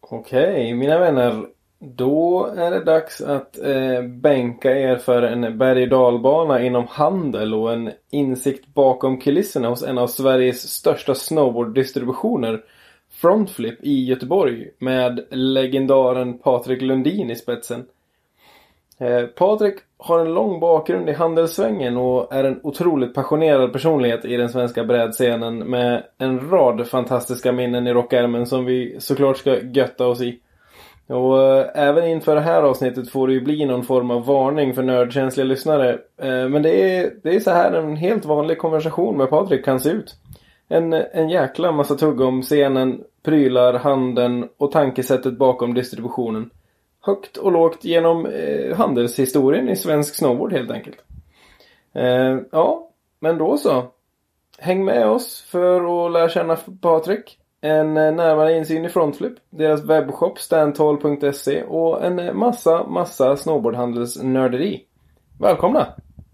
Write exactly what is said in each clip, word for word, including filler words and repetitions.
Okej, mina vänner. Då är det dags att eh, bänka er för en berg- och dalbana inom handel och en insikt bakom kulisserna hos en av Sveriges största snowboarddistributioner, Frontflip i Göteborg, med legendaren Patrik Lundin i spetsen. Eh, Patrik har en lång bakgrund i handelssvängen och är en otroligt passionerad personlighet i den svenska brädscenen med en rad fantastiska minnen i rockärmen som vi såklart ska götta oss i. Och äh, även inför det här avsnittet får det ju bli någon form av varning för nördkänsliga lyssnare. Äh, men det är, det är så här en helt vanlig konversation med Patrik kan se ut. En, en jäkla massa tugg om scenen, prylar, handeln och tankesättet bakom distributionen. Högt och lågt genom eh, handelshistorien i svensk snowboard helt enkelt. Eh, ja, men då så. Häng med oss för att lära känna Patrik. En närmare insyn i Frontflip, deras webbshop standtall punkt se och en massa, massa snowboardhandelsnörderi. Välkomna!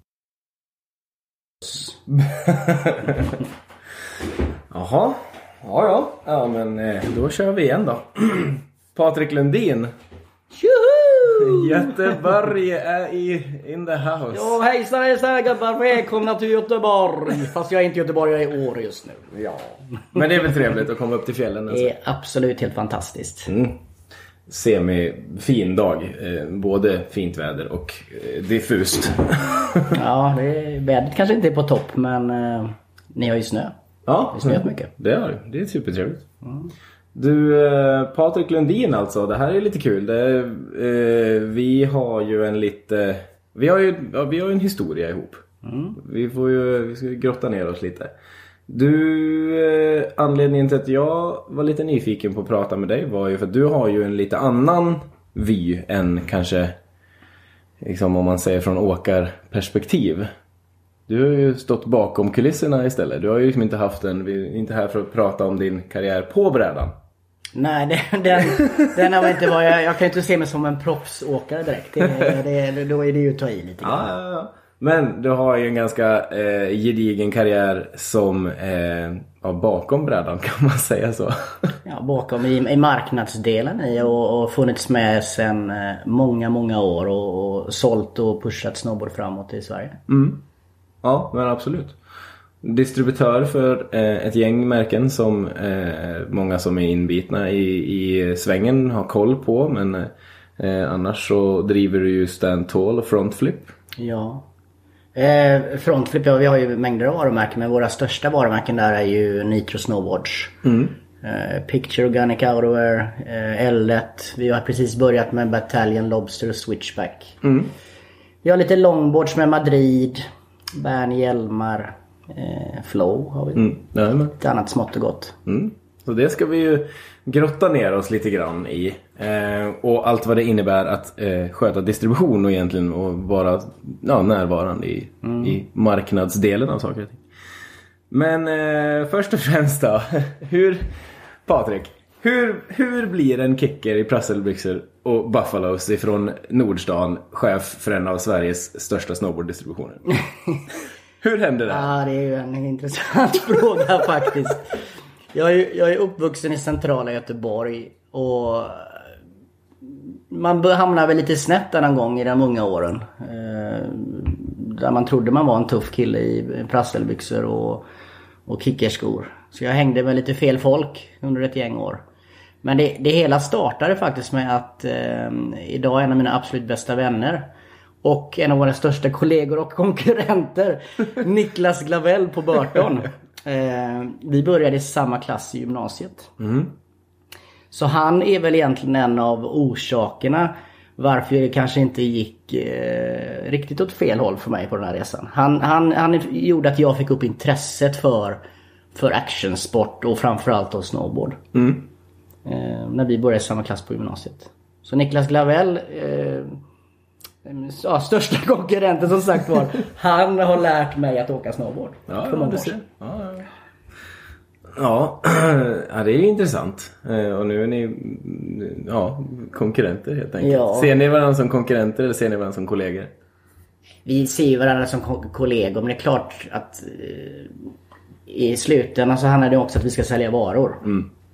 Jaha, ja ja, ja men då kör vi igen då. Patrik Lundin. Tjoho! Göteborg är i in the house. Ja, hejsan hejsan gubbar, välkomna till Göteborg. Fast jag är inte i Göteborg, jag är i År just nu. Ja, men det är väl trevligt att komma upp till fjällen. Alltså. Det är absolut helt fantastiskt. Mm. Semi-fin dag, eh, både fint väder och eh, diffust. Ja, det är, vädret kanske inte är på topp, men eh, ni har ju snö. Ja, det snöat mycket. Det är det är supertrevligt. Mm. Du, eh, Patrik Lundin alltså, det här är lite kul. Det, eh, vi har ju en lite, vi har ju, ja, vi har ju en historia ihop. Mm. Vi får ju, vi ska grotta ner oss lite. Du, eh, anledningen till att jag var lite nyfiken på att prata med dig var ju för att du har ju en lite annan vy än kanske, liksom om man säger från åkarperspektiv. Du har ju stått bakom kulisserna istället. Du har ju liksom inte haft en, vi är inte här för att prata om din karriär på brädan. Nej, det, den, den har inte varit, jag, jag kan inte se mig som en proffsåkare direkt. Det, det, då är det ju att ta i lite grann. Ja, ja, ja. Men du har ju en ganska eh, gedigen karriär som eh, ja, bakom brädan, kan man säga så. Ja, bakom i, i marknadsdelen i och, och funnits med sedan eh, många, många år och, och sålt och pushat snowboard framåt i Sverige. Mm. Ja, men absolut. Distributör för eh, ett gäng märken som eh, många som är inbitna i, i svängen har koll på. Men eh, annars så driver du ju Standtall och Frontflip. Ja. Eh, Frontflip, ja, vi har ju mängder av varumärken. Men våra största varumärken där är ju Nitro Snowboards. Mm. Eh, Picture Organic Outerwear, eh, L ett. Vi har precis börjat med Battalion, Lobster och Switchback. Mm. Vi har lite longboards med Madrid, Bern, Hjälmar, eh, Flow har vi. Mm. Ja, ett annat smått och gott. Mm. Så det ska vi ju grotta ner oss lite grann i. Eh, och allt vad det innebär att eh, sköta distribution och egentligen och vara ja, närvarande i, mm. i marknadsdelen av saker och ting. Men eh, först och främst då, hur, Patrik, hur, hur blir en kicker i prasselbyxor och Buffalos ifrån Nordstan chef för en av Sveriges största snowboarddistributioner? Hur händer det? Ja, det är ju en intressant fråga faktiskt. Jag är, jag är uppvuxen i centrala Göteborg och man hamnar väl lite snett där en gång i de unga åren. Eh, där man trodde man var en tuff kille i prasselbyxor och, och kickerskor. Så jag hängde med lite fel folk under ett gäng år. Men det, det hela startade faktiskt med att eh, idag är en av mina absolut bästa vänner och en av våra största kollegor och konkurrenter, Niklas Glavell på Burton. Eh, vi började i samma klass i gymnasiet. Mm. Så han är väl egentligen en av orsakerna varför det kanske inte gick eh, riktigt åt fel håll för mig på den här resan. Han, han, han gjorde att jag fick upp intresset för, för actionsport och framförallt då snowboard. Mm. Eh, när vi började i samma klass på gymnasiet. Så Niklas Glavell, eh, ja, största konkurrenten som sagt var, han har lärt mig att åka snowboard. Ja, för många år sedan. Ja, ja. Ja, ja, det är intressant. Och nu är ni ja, konkurrenter helt enkelt. Ja. Ser ni varandra som konkurrenter eller ser ni varandra som kollegor? Vi ser ju varandra som kollegor, men det är klart att eh, i slutändan så handlar det också att vi ska sälja varor. Mm.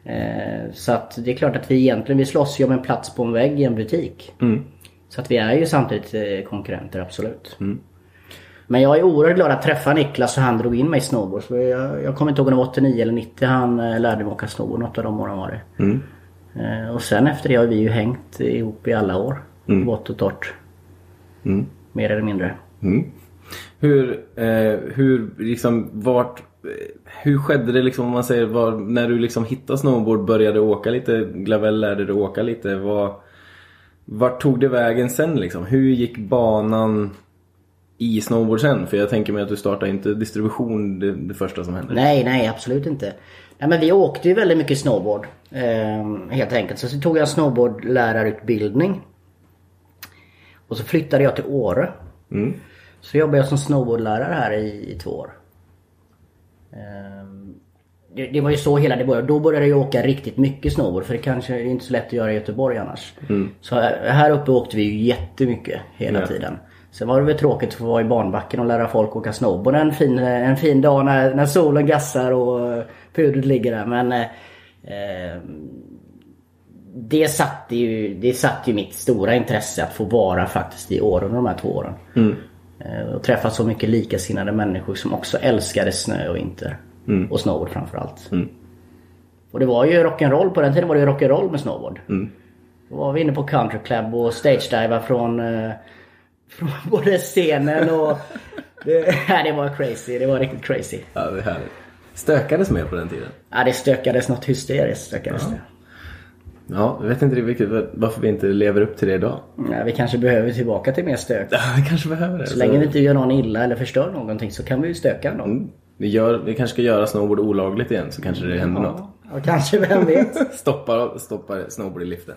Eh, så att det är klart att vi egentligen vi slåss ju om en plats på en vägg i en butik. Mm. Så att vi är ju samtidigt eh, konkurrenter, absolut. Mm. Men jag är oerhört glad att träffa Niklas och han drog in mig i snowboard. Så jag, jag kommer inte ihåg om det var åttionio eller nittio han eh, lärde mig åka snowboard. Något av de åren var det. Mm. Eh, och sen efter det har vi ju hängt ihop i alla år. Mm. Vått och torrt. Mm. Mer eller mindre. Mm. Hur, eh, hur liksom, vart, hur skedde det liksom, om man säger, var, när du liksom hittade snowboard, började åka lite, Glavel lärde du åka lite, var, vart tog det vägen sen liksom? Hur gick banan i snowboard sen? För jag tänker mig att du startade inte distribution det, det första som hände. Nej, nej, absolut inte. Nej, men vi åkte ju väldigt mycket snowboard. Eh, helt enkelt. Så, så tog jag snowboardlärarutbildning. Och så flyttade jag till Åre. Mm. Så jobbade jag som snowboardlärare här i, i två år. Eh, det, det var ju så hela det började. Då började jag åka riktigt mycket snowboard. För det kanske är inte så lätt att göra i Göteborg annars. Mm. Så här, här uppe åkte vi ju jättemycket hela ja. tiden. Sen var det väl tråkigt att få vara i barnbacken och lära folk åka snowboard en fin, en fin dag när, när solen gassar och pudret ligger där. Men eh, det satte ju det satte ju mitt stora intresse att få vara faktiskt i Åre under de här två åren. Mm. Eh, och träffa så mycket likasinnade människor som också älskade snö och vinter. Mm. Och snowboard framförallt. Mm. Och det var ju rock'n'roll, på den tiden var det ju rock'n'roll med snowboard. Mm. Då var vi inne på country club och stage diva från... Eh, Från både scenen och det, ja, det var crazy, det var riktigt crazy. Ja, det är härligt. Stökades mer på den tiden? Ja, det stökades något hysteriskt stökades ja. det. Ja, jag vet inte riktigt varför vi inte lever upp till det idag. Ja, vi kanske behöver tillbaka till mer stök. Ja, vi kanske behöver det. Så länge vi inte gör någon illa eller förstör någonting så kan vi ju stöka någon. Mm. Vi, gör, vi kanske ska göra snowboard olagligt igen så kanske det händer ja. något. Ja, kanske, vem vet. Stoppar, stoppar snowboard i liften.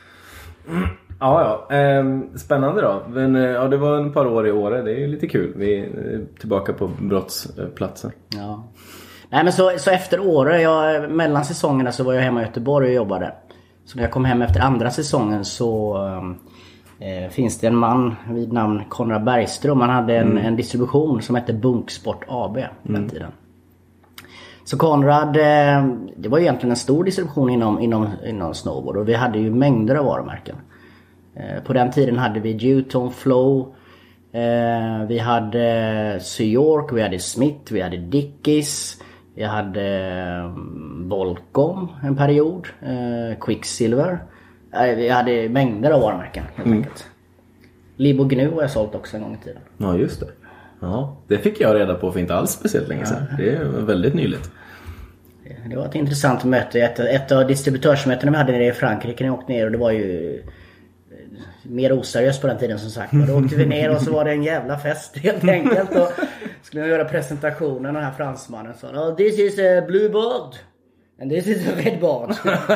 Mm. Ja, ja. Ehm, spännande då. Men ja, det var en par år i Åre. Det är lite kul. Vi är tillbaka på brottsplatsen. Ja. Nej, men så, så efter Åre, jag, mellan säsongerna så var jag hemma i Göteborg och jobbade. Så när jag kom hem efter andra säsongen så eh, finns det en man vid namn Konrad Bergström. Han hade en, mm. en distribution som hette Bunksport A B på mm. den tiden. Så Konrad, eh, det var ju egentligen en stor distribution inom, inom, inom snowboard. Och vi hade ju mängder av varumärken. På den tiden hade vi Newton Flow, eh, vi hade Sea York, vi hade Smith, vi hade Dickies, vi hade eh, Volcom en period, eh, Quicksilver. Eh, vi hade mängder av varumärken helt mm. enkelt. Libo Gnu har jag sålt också en gång i tiden. Ja, just det. Ja, det fick jag reda på för inte alls speciellt länge sedan. Ja. Det är väldigt nyligt. Det var ett intressant möte. Ett, ett av distributörsmötena vi hade nere i Frankrike när jag åkte ner och det var ju mer oseriöst på den tiden som sagt. Och då åkte vi ner och så var det en jävla fest helt enkelt. Och skulle jag göra presentationen och den här fransmannen sa oh, this is a blue bird and this is a red bird.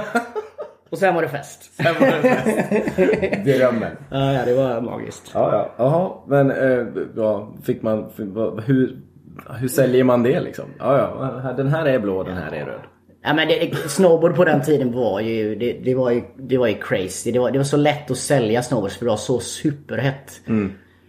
Och sen var det fest. Sen var det fest. Drömmen. Ja, ja, det var magiskt. Ja, ja. Jaha, men äh, ja, fick man hur, hur säljer man det liksom? Ja, ja, den här är blå, den här är röd. Ja, men det, snowboard på den tiden var ju det, det var ju det var ju crazy. Det var det var så lätt att sälja snowboard för det var så superhett. Mm.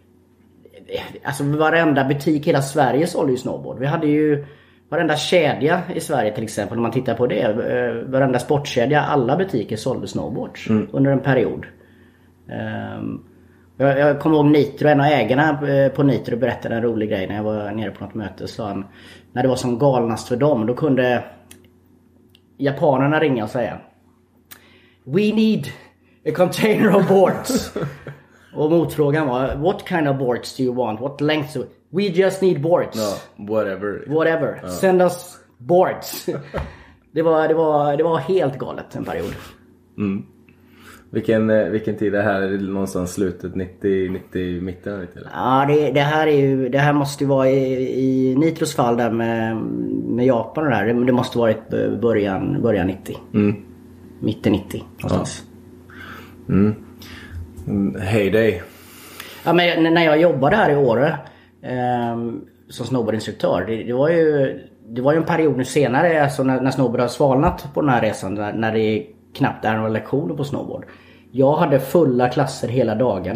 Alltså varenda butik i hela Sverige sålde ju snowboard. Vi hade ju varenda kedja i Sverige till exempel, om man tittar på det, varenda sportkedja, alla butiker sålde snowboards mm. under en period. Um, jag, jag kommer ihåg Nitro, en av ägarna på Nitro berättade en rolig grej när jag var nere på något möte. Så han, när det var som galnast för dem, då kunde japanerna ringa och säga We need a container of boards. Och motfrågan var What kind of boards do you want? What length? We just need boards. No, whatever. Whatever. Uh. Send us boards. det, var, det, var, det var helt galet en period. Mm. Vilken, vilken tid är det här? Är det någonstans slutet nittio, nittio, mitten nittio? Eller? Ja, det, det här är ju, det här måste ju vara i, i Nitros fall där med, med Japan och det här. Det, det måste varit början, början nittio. Mm. Mitten nittio någonstans. Ja. Mm. Heyday. Ja, men när jag jobbade här i Åre eh, som snowboardinstruktör, det, det var ju det var ju en period nu senare, alltså när, när snowboard har svalnat på den här resan, när, när det knappt är några lektioner på snowboard. Jag hade fulla klasser hela dagarna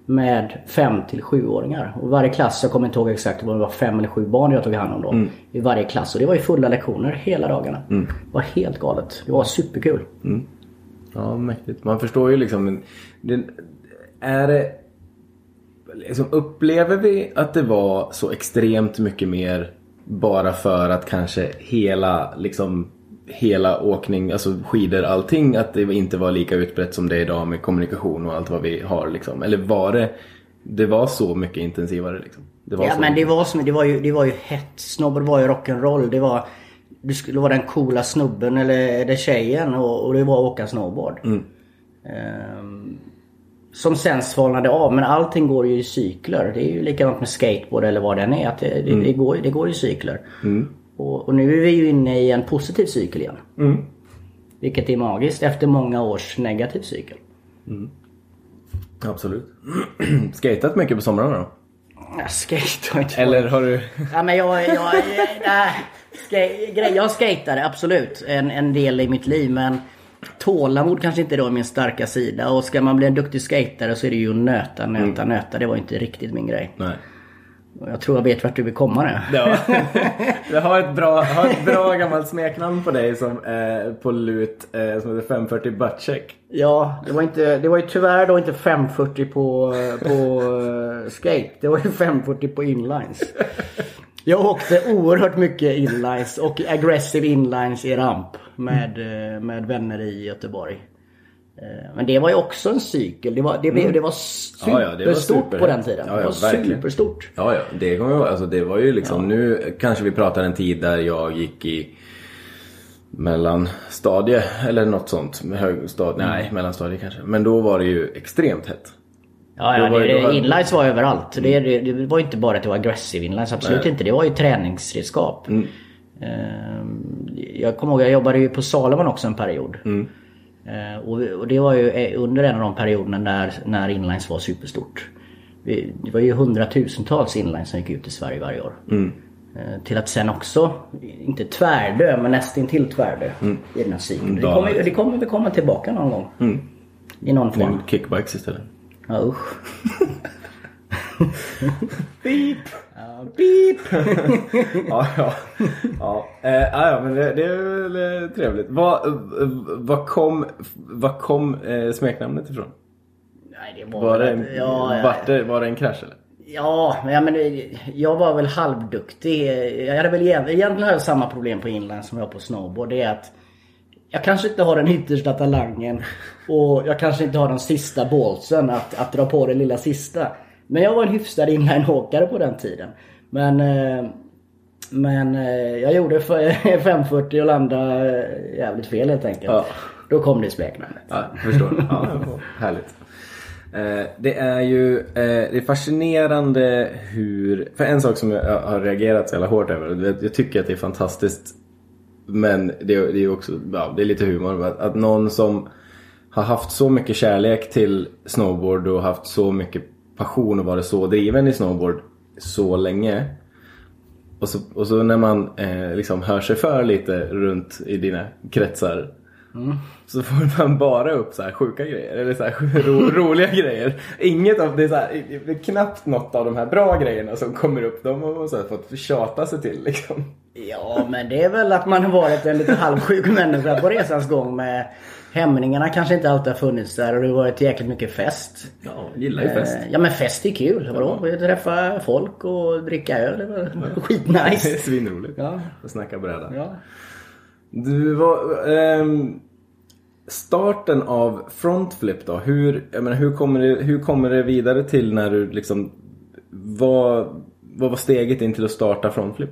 med fem till sjuåringar. Och varje klass, jag kommer inte ihåg exakt vad det var, fem eller sju barn jag tog hand om då. Mm. I varje klass. Och det var ju fulla lektioner hela dagarna. Mm. Det var helt galet. Det var superkul. Mm. Ja, mäktigt. Man förstår ju liksom, det, är det liksom, upplever vi att det var så extremt mycket mer bara för att kanske hela liksom hela åkning, alltså skidor, allting, att det inte var lika utbrett som det är idag med kommunikation och allt vad vi har liksom, eller var det det var så mycket intensivare liksom? Det var ja, så men mycket. det var som det var ju det var ju hett. Snowboard var ju rock'n'roll. Det var du skulle vara den coola snubben eller, eller tjejen och, och det var att åka snowboard. Mm. Um, som sen svalnade av, men allting går ju i cykler. Det är ju likadant med skateboard eller vad det än är, att det, mm. det, det, går, det går i cykler. Mm. Och, och nu är vi ju inne i en positiv cykel igen. Mm. Vilket är magiskt efter många års negativ cykel. Mm. Absolut. Skatat mycket på somrarna då? Jag skatar inte. Eller har du... Ja, men jag... jag, nej, ska, jag skatade absolut en, en del i mitt liv, men tålamod kanske inte då är min starka sida. Och ska man bli en duktig skatare så är det ju nöta, nöta, mm. nöta. Det var inte riktigt min grej. Nej. Jag tror jag vet vart du vill komma nu. Ja. Jag har ett bra, har ett bra gammalt smeknamn på dig som eh, på lut eh, som heter femhundrafyrtio buttcheck. Ja, det var inte det var ju tyvärr då inte femhundrafyrtio på på uh, skate. Det var ju femhundrafyrtio på inlines. Jag åkte oerhört mycket inlines och aggressive inlines i ramp med mm. med vänner i Göteborg. Men det var ju också en cykel. Det var, det blev, mm. det var superstort ja, ja, det var super, på den tiden. Ja, ja, det var verkligen. superstort. Ja, ja. Det, alltså, det var ju liksom, ja. Nu kanske vi pratar en tid där jag gick i mellanstadie eller något sånt. Högstad, mm. Nej, mellanstadie kanske. Men då var det ju extremt hett. Ja, ja, det, det, var... inlines var överallt. Mm. Det, det, det var inte bara att det var aggressive inlines, absolut Nej. inte. Det var ju träningsredskap. Mm. Jag kommer ihåg, jag jobbade ju på Salomon också en period. Mm. Uh, och, och det var ju under en av de perioderna när, när inlines var superstort. Vi, det var ju hundratusentals inlines som gick ut i Sverige varje år. Mm. Uh, till att sen också, inte tvärdö, men nästan till tvärdö mm. i den här cykeln. Det kommer, det kommer vi komma tillbaka någon gång. Mm. I någon form. Kickbikes istället. Ja, usch. Beep. Ja, beep. ja, ja. Ja, eh, ja, men det, det är väl trevligt. Vad, vad kom, vad kom eh, smeknamnet ifrån? Nej, det var, var, det, en, ja, var, det, var det en krasch eller? Ja, men, ja, men jag var väl halvduktig. Jag hade väl egentligen hade samma problem på inline som jag har på snowboard. Det är att jag kanske inte har den yttersta talangen och jag kanske inte har den sista bolsen att, att dra på det lilla sista. Men jag var en hyfsad inline-åkare på den tiden. Men, men jag gjorde femhundrafyrtio och landade jävligt fel helt enkelt. Ja. Då kom det i smeknamnet. Ja, jag förstår. Ja, härligt. Det är ju det är fascinerande hur... För en sak som jag har reagerat så jävla hårt över. Jag tycker att det är fantastiskt. Men det är, det är också ja, det är lite humor. Att, att någon som har haft så mycket kärlek till snowboard och haft så mycket passion och varit så driven i snowboard så länge. Och så, och så när man eh, liksom hör sig för lite runt i dina kretsar mm. så får man bara upp så här sjuka grejer eller så här ro, roliga grejer. Inget av det är så här, det är knappt något av de här bra grejerna som kommer upp. De har man så här fått tjata sig till liksom. Ja, men det är väl att man har varit en lite halvsjuk människa på resans gång med hämningarna kanske inte alltid har funnits där och det har varit jäkligt mycket fest. Ja, jag gillar ju fest. Ja, men fest är kul. Vadå? Vi träffa folk och dricka öl. Det var ja. skitnice. Det är svinroligt. Ja. Och snacka bräda. Ja. Du var... Ähm, starten av frontflip då. Hur, jag menar, hur, kommer det, hur kommer det vidare till när du liksom... Vad, vad var steget in till att starta frontflip?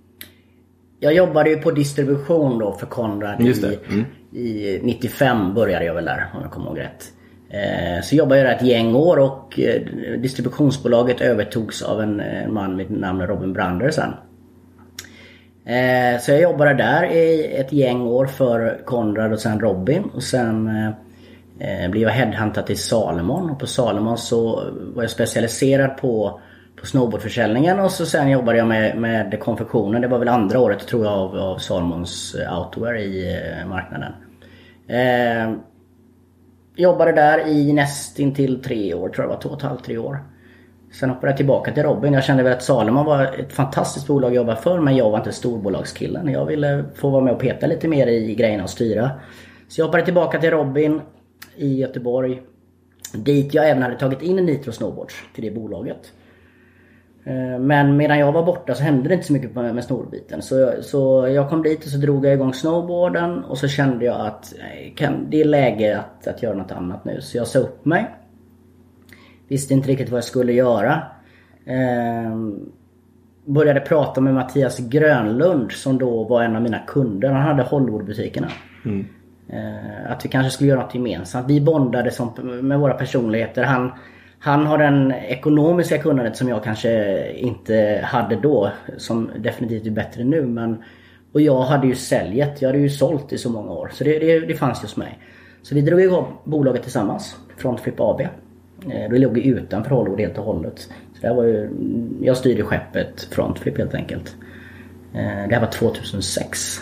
Jag jobbade ju på distribution då för Conrad Just det. Mm. i, i nittiofem började jag väl där om jag kommer ihåg rätt. Eh, så jobbade jag där ett gäng år och eh, distributionsbolaget övertogs av en, en man med namn Robin Brander sen. Eh, så jag jobbade där i ett gäng år för Conrad och sen Robin och sen eh, blev jag headhuntad till Salomon och på Salomon så var jag specialiserad på på snowboardförsäljningen och så sen jobbade jag med, med konfektionen. Det var väl andra året tror jag av, av Salomons outwear i eh, marknaden. Eh, jobbade där i nästan till tre år, tror jag var två och ett halvt, tre år. Sen hoppade jag tillbaka till Robin. Jag kände väl att Salomon var ett fantastiskt bolag att jobba för, men jag var inte storbolagskillen. Jag ville få vara med och peta lite mer i grejerna och styra. Så jag hoppade tillbaka till Robin i Göteborg. Dit jag även hade tagit in Nitro Snowboards till det bolaget. Men medan jag var borta så hände det inte så mycket med snowboardbiten. Så, så jag kom dit och så drog jag igång snowboarden. Och så kände jag att kan, det är läge att, att göra något annat nu. Så jag sa upp mig. Visste inte riktigt vad jag skulle göra. Ehm, började prata med Mattias Grönlund som då var en av mina kunder. Han hade Hollywoodbutikerna. Mm. Ehm, att vi kanske skulle göra något gemensamt. Vi bondade som, med våra personligheter. Han... Han har den ekonomiska kunnandet som jag kanske inte hade då, som definitivt är bättre nu, men och jag hade ju säljet, jag hade ju sålt i så många år, så det, det, det fanns just mig. Så vi drog igång bolaget tillsammans, Frontflip A B. Vi låg utanför Hollywood helt och hållet. Så det var ju, jag styrde skeppet Frontflip helt enkelt. Det här var tjugohundrasex.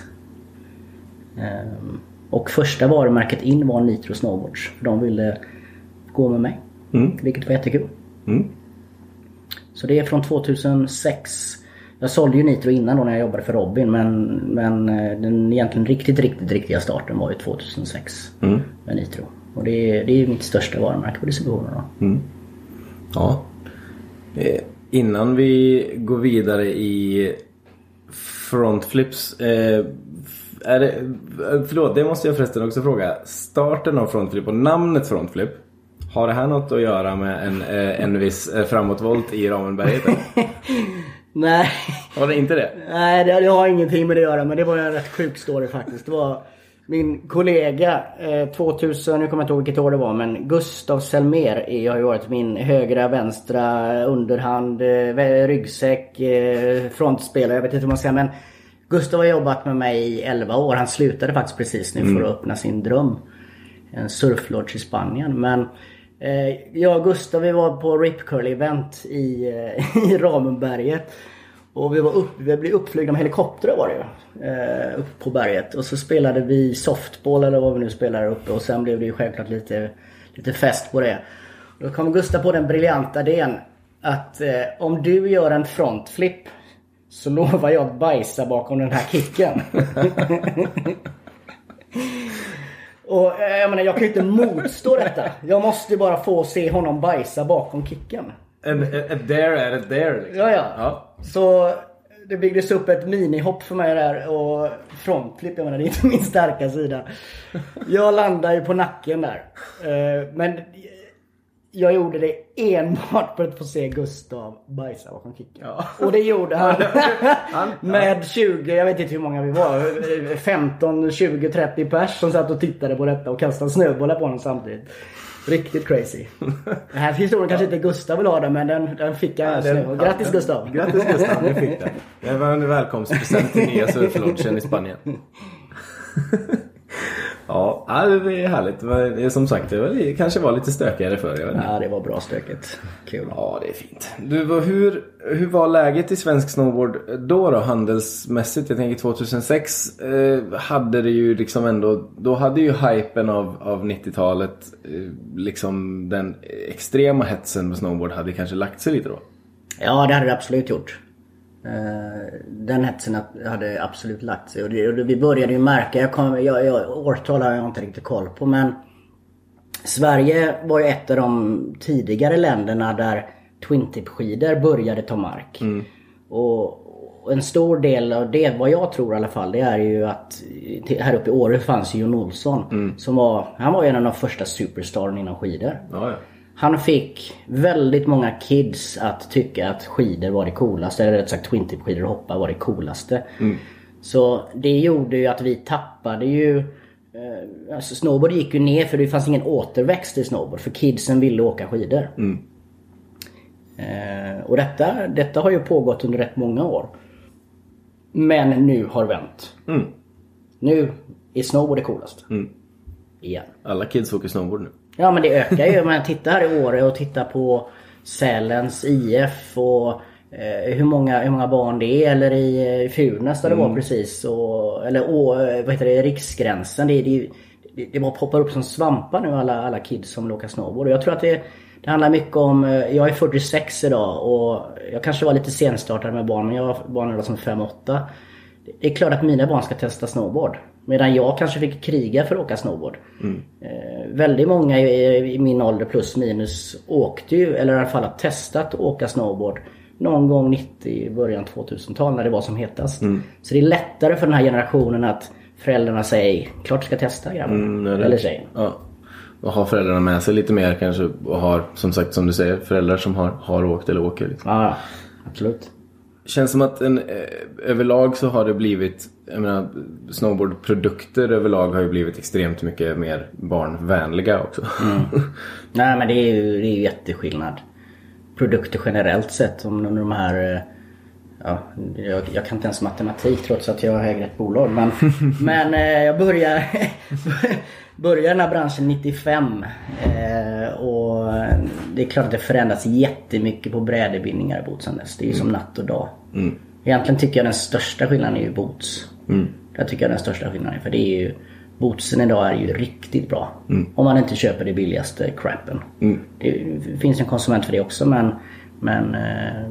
Och första varumärket in var Nitro Snowboards, för de ville gå med mig. Mm. Vilket var jättekul. Mm. Så det är från tjugohundrasex. Jag sålde ju Nitro innan då när jag jobbade för Robin. Men, men den egentligen riktigt, riktigt, riktiga starten var ju tjugohundrasex mm. med Nitro. Och det är, det är mitt största varumärke på distributionen då. Mm. Ja. Eh, innan vi går vidare i Frontflips. Eh, är det, förlåt, det måste jag förresten också fråga. Starten av Frontflip och namnet Frontflip. Har det här något att göra med en, en viss framåtvolt i Ramenberget? Nej. Har det inte det? Nej, det, det har ingenting med det att göra. Men det var en rätt sjuk story faktiskt. Det var min kollega eh, tvåtusen, nu kommer jag inte ihåg vilket år det var. Men Gustav Selmer har ju varit min högra, vänstra, underhand, eh, ryggsäck, eh, frontspelare. Jag vet inte hur man ska säga, men Gustav har jobbat med mig i elva år. Han slutade faktiskt precis nu mm. för att öppna sin dröm. En surflodge i Spanien. Men jag och Gustav, vi var på Rip Curl event i, i Ramenberget. Och vi var upp, vi blev uppflygna med helikoptrar var det ju. Upp på berget. Och så spelade vi softball eller vad vi nu spelar uppe. Och sen blev det ju självklart lite, lite fest på det. Och då kom Gustav på den briljanta idén att eh, om du gör en frontflip så lovar jag att bajsa bakom den här kicken. Och jag menar, jag kan ju inte motstå detta. Jag måste bara få se honom bajsa bakom kicken. Ett dare är ett dare liksom. Ja, ja, ja. Så det byggdes upp ett minihopp för mig där. Och frontflip, jag menar, det är inte min starka sida. Jag landade ju på nacken där. Men jag gjorde det enbart för att få se Gustav bajsa bakom kicken. Ja. Och det gjorde han. Med tjugo, jag vet inte hur många vi var. femton, tjugo, trettio pers som satt och tittade på detta och kastade snöbollar på honom samtidigt. Riktigt crazy. Den här historien kanske inte Gustav vill ha det, men den, den fick jag. Ja, den, grattis ja, Gustav. Grattis Gustav, du fick den. Det var en välkomstpresent till nya surflodgen i Spanien. Ja, det är härligt. Men som sagt, det var, kanske var lite stökigare för er. Ja, det var bra stökigt. Kul. Ja, det är fint. Du, hur, hur var läget i svensk snowboard då då, handelsmässigt? Jag tänker tjugohundrasex eh, hade det ju liksom ändå, då hade ju hypen av, av nittiotalet, eh, liksom den extrema hetsen med snowboard hade kanske lagt sig lite då. Ja, det hade det absolut gjort. Den hetsen hade absolut lagt sig. Och, det, och vi började ju märka, jag kom, jag, jag, årtal har jag inte riktigt koll på, men Sverige var ju ett av de tidigare länderna där twin tip skidor började ta mark. Mm. Och, och en stor del av det, vad jag tror i alla fall, det är ju att här uppe i Åre fanns ju Jon Olsson mm. som var, han var en av de första superstarna inom skidor. Ja, ja. Han fick väldigt många kids att tycka att skidor var det coolaste. Eller rätt sagt, twin tip skidor och hoppa var det coolaste. Mm. Så det gjorde ju att vi tappade ju... Eh, alltså snowboard gick ju ner för det fanns ingen återväxt i snowboard. För kidsen ville åka skidor. Mm. Eh, och detta, detta har ju pågått under rätt många år. Men nu har vänt. Mm. Nu är snowboard det coolaste. Mm. Igen. Alla kids åker snowboard nu. Ja, men det ökar ju. Man tittar här i Åre och tittar på Sälens I F och eh, hur, många, hur många barn det är. Eller i, i Furnas där mm. det var precis. Och, eller å, vad heter det, Riksgränsen. Det, det, det, det bara poppar upp som svampar nu alla, alla kids som vill åka snowboard. Och jag tror att det, det handlar mycket om, jag är fyrtiosex idag och jag kanske var lite senstartad med barn, men jag har barn idag som fem åtta. Det är klart att mina barn ska testa snowboard. Medan jag kanske fick kriga för att åka snowboard. Mm. Eh, väldigt många i, i min ålder plus minus åkte ju, eller i alla fall har testat att åka snowboard någon gång nittio, början tvåtusental när det var som hetast. Mm. Så det är lättare för den här generationen att föräldrarna säger klart ska testa grabbar. Mm, eller tjejen. Ja. Och har föräldrarna med sig lite mer kanske och har, som sagt som du säger, föräldrar som har, har åkt eller åker. Liksom. Ja, absolut. Känns som att en, överlag så har det blivit, jag menar, snowboardprodukter överlag har ju blivit extremt mycket mer barnvänliga också. Mm. Nej, men det är ju, det är ju jätteskillnad. Produkter generellt sett, om de här, ja, jag, jag kan inte ens matematik trots att jag äger ett bolag, men, men jag börjar börjar den här branschen nittiofem eh, och det är klart att det förändras jättemycket på brädebindningar i bootsen dess. Det är ju mm. som natt och dag. Mm. Egentligen tycker jag den största skillnaden är ju boots. Mm. Jag tycker jag den största skillnaden, för det är ju, bootsen idag är ju riktigt bra. Mm. Om man inte köper det billigaste crappen. Mm. Det finns en konsument för det också, men, men eh,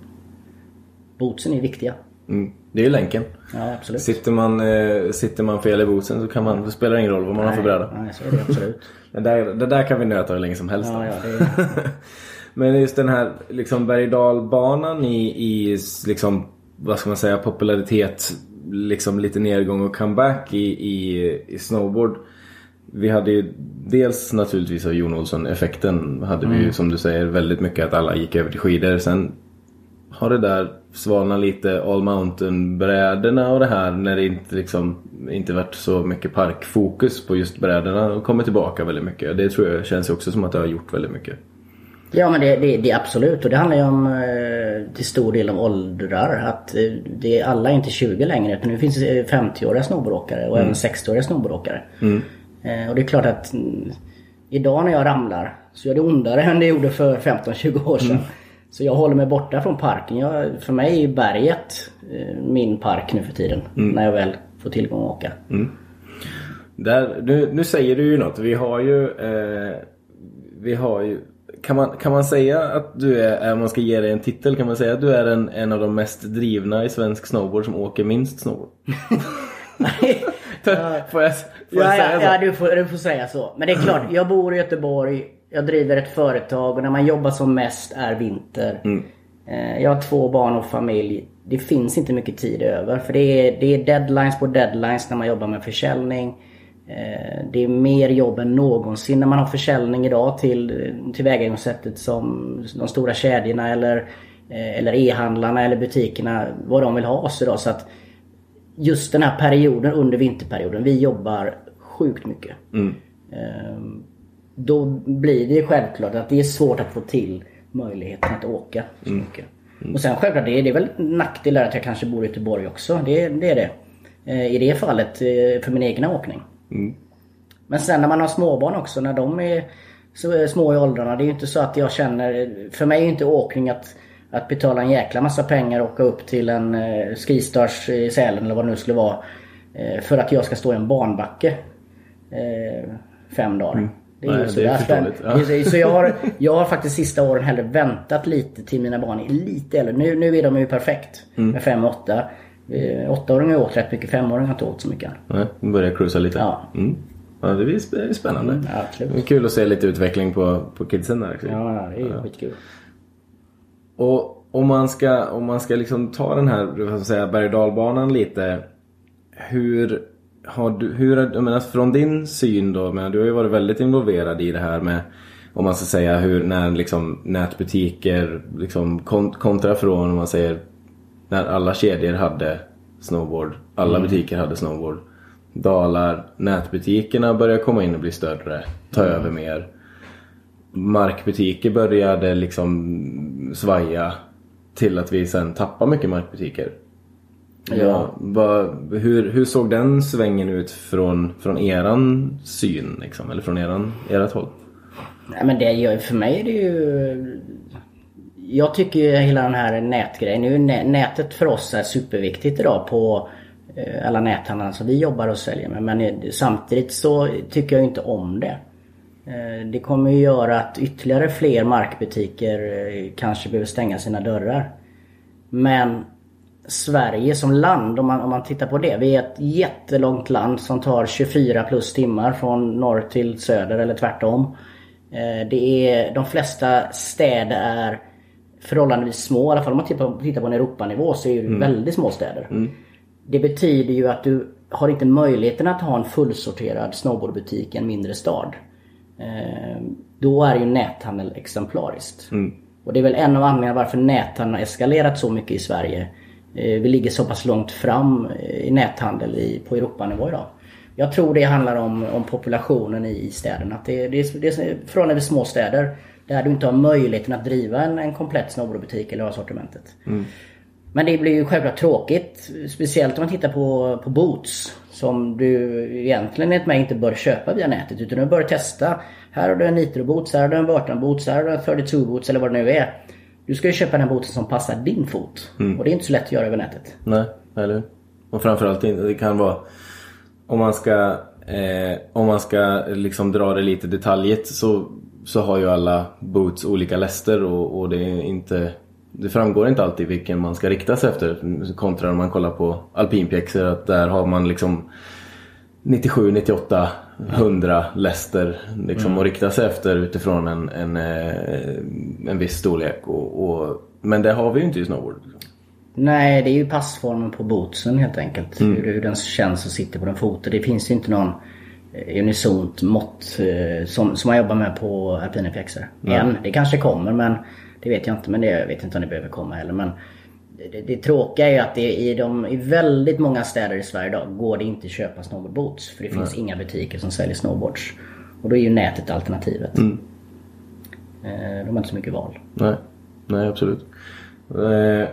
bootsen är viktiga. Mm. Det är ju länken. Ja, absolut. Sitter man, eh, sitter man fel i bootsen så kan man, det spelar ingen roll vad man nej, har för bräda. Nej, så är det absolut. det, där, det där kan vi nöta hur länge som helst. Ja, ja, det är... Men just den här liksom berg- och dalbanan i, i liksom, vad ska man säga, popularitet, liksom lite nedgång och comeback i, i, i snowboard. Vi hade ju dels naturligtvis av Jon Olsson-effekten hade mm. vi ju, som du säger, väldigt mycket att alla gick över till skidor. Sen har det där svalnat lite, all mountain-bräderna och det här, när det inte liksom inte varit så mycket parkfokus på just bräderna, och kommer tillbaka väldigt mycket. Det tror jag känns också som att det har gjort väldigt mycket. Ja, men det, det, det är absolut, och det handlar ju om eh, till stor del om åldrar, att eh, det är alla inte tjugo längre, utan nu finns det femtio-åriga snowboardåkare och mm. även sextio-åriga snowboardåkare. Mm. Eh, och det är klart att mm, idag när jag ramlar så gör det ondare än det gjorde för femton tjugo år sedan. Mm. Så jag håller mig borta från parken. Jag, för mig är berget eh, min park nu för tiden, mm. när jag väl får tillgång att åka. Mm. Där, nu, nu säger du ju något. Vi har ju, eh, vi har ju kan, man, kan man säga att du är, om man ska ge dig en titel, kan man säga att du är en, en av de mest drivna i svensk snowboard som åker minst snowboard? Nej. får jag, får jag ja, säga ja, så? Ja, du får, du får säga så. Men det är klart, jag bor i Göteborg. Jag driver ett företag och när man jobbar som mest är vinter. Mm. Jag har två barn och familj. Det finns inte mycket tid över. För det är, det är deadlines på deadlines när man jobbar med försäljning. Det är mer jobb än någonsin när man har försäljning idag till tillvägagångssättet som de stora kedjorna eller, eller e-handlarna eller butikerna, vad de vill ha oss idag. Så att just den här perioden under vinterperioden, vi jobbar sjukt mycket. Mm. Då blir det självklart att det är svårt att få till möjligheten att åka så mycket. Mm. Mm. Och sen självklart, det är, det är väl nackdelar att jag kanske bor i Göteborg också. Det, det är det. I det fallet för min egen åkning. Mm. Men sen när man har småbarn också, när de är så små i åldrarna, det är ju inte så att jag känner, för mig är inte åkning att, att betala en jäkla massa pengar och åka upp till en eh, skistars i Sälen eller vad det nu skulle vara, eh, för att jag ska stå i en barnbacke eh, fem dagar. Mm. Det är Nej, ju så, det är ja. Så jag har, jag har faktiskt sista åren hellre väntat lite till mina barn är lite, eller nu, nu är de ju perfekt mm. med fem och åtta. Eh, åttaåringar har åkt rätt mycket, femåringar har inte åkt så mycket. Nej, de börjar cruisa lite. Ja. Mm. Ja, det är spännande. Mm, ja, det är kul att se lite utveckling på, på kidsen där. Ja, det är ja. skitkul. Och om man ska, om man ska liksom ta den här, vad ska jag säga, berg- och dalbanan lite, hur har du, hur, jag menar, från din syn då, men du har ju varit väldigt involverad i det här med, om man ska säga, hur när liksom nätbutiker liksom kontra från, om man säger, när alla kedjor hade snowboard, alla mm. butiker hade snowboard, dalar, nätbutikerna började komma in och bli större, ta mm. över mer, markbutiker började liksom svaja till att vi sen tappar mycket markbutiker. Ja, va, hur, hur såg den svängen ut från, från eran syn liksom, eller från eran, erat håll? Nej, men det, för mig är det ju, jag tycker ju hela den här nätgrejen, nu nätet för oss är superviktigt idag på alla näthandlarna som vi jobbar och säljer med. Men samtidigt så tycker jag inte om det. Det kommer ju göra att ytterligare fler markbutiker kanske behöver stänga sina dörrar. Men Sverige som land, om man, om man tittar på det. Vi är ett jättelångt land som tar tjugofyra plus timmar från norr till söder eller tvärtom. Det är, de flesta städer är förhållandevis små. I alla fall om man tittar på, tittar på en Europanivå så är det mm. väldigt små städer. Mm. Det betyder ju att du har inte möjligheten att ha en fullsorterad snowboardbutik i en mindre stad. Eh, då är ju näthandel exemplariskt. Mm. Och det är väl en av anledningarna varför näthandeln har eskalerat så mycket i Sverige. Eh, vi ligger så pass långt fram i näthandel i, på Europanivå idag. Jag tror det handlar om, om populationen i, i städerna. Att det, det, är, det är förhållandevis små städer där du inte har möjligheten att driva en, en komplett snowboardbutik eller ha sortimentet. Mm. Men det blir ju självklart tråkigt. Speciellt om man tittar på, på boots. Som du egentligen enligt mig inte bör köpa via nätet. Utan du bör testa. Här har du en Nitro boots, här har du en Burton boots, här har du en fyrtiotvå boots eller vad det nu är. Du ska ju köpa den booten som passar din fot. Mm. Och det är inte så lätt att göra över nätet. Nej, eller? Och framförallt det kan vara... Om man ska, eh, om man ska liksom dra det lite detaljet så, så har ju alla boots olika läster och, och det är inte... Det framgår inte alltid vilken man ska rikta sig efter kontra när man kollar på alpinpjäxor att där har man liksom nittiosju, nittioåtta, hundra läster liksom mm. att rikta sig efter utifrån en, en, en viss storlek och, och, men det har vi ju inte i snowboard. Nej, det är ju passformen på bootsen helt enkelt. Mm. Hur, hur den känns och sitter på den foten. Det finns ju inte någon unisont mått som, som man jobbar med på alpina pjäxor. Mm. Än, det kanske kommer men det vet jag inte, men det jag vet inte om det behöver komma heller. Men det, det, det tråkiga är ju att det i, de, i väldigt många städer i Sverige idag går det inte att köpa snowboardboots. För det finns Nej. inga butiker som säljer snowboards. Och då är ju nätet alternativet. Mm. Eh, de har inte så mycket val. Nej, Nej absolut. Eh,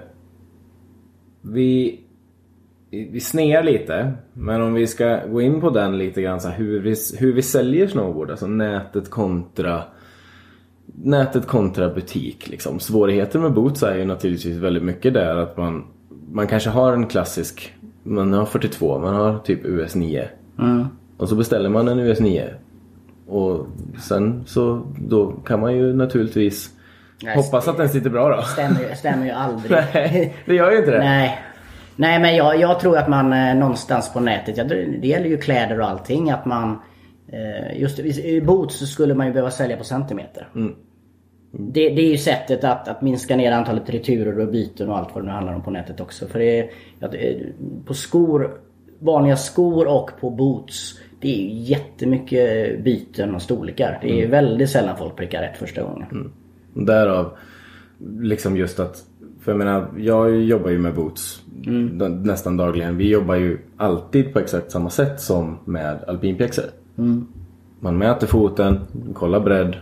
vi, vi snear lite. Men om vi ska gå in på den lite grann. Så här, hur, vi, hur vi säljer snowboard. Alltså nätet kontra... Nätet kontra butik liksom. Svårigheten med boots är ju naturligtvis väldigt mycket där att man man kanske har en klassisk, man har fyrtiotvå, man har typ U S nio mm. och så beställer man en U S nio och sen så då kan man ju naturligtvis Nej, hoppas att den sitter bra då. Stämmer, stämmer ju aldrig. Nej, det gör ju inte det. Nej. Nej, men jag, jag tror att man eh, någonstans på nätet, ja, det gäller ju kläder och allting, att man eh, just i boots så skulle man ju behöva sälja på centimeter. Mm. Mm. Det, det är ju sättet att, att minska ner antalet returer och byten och allt vad det nu handlar om på nätet också. För det är, ja, på skor, vanliga skor och på boots, det är ju jättemycket byten och storlekar. Det är mm. väldigt sällan folk prickar rätt första gången. Mm. Därav liksom just att, för jag menar, jag jobbar ju med boots mm. nästan dagligen. Vi jobbar ju alltid på exakt samma sätt som med alpinpjäxor. Mm. Man mäter foten, kollar bredd,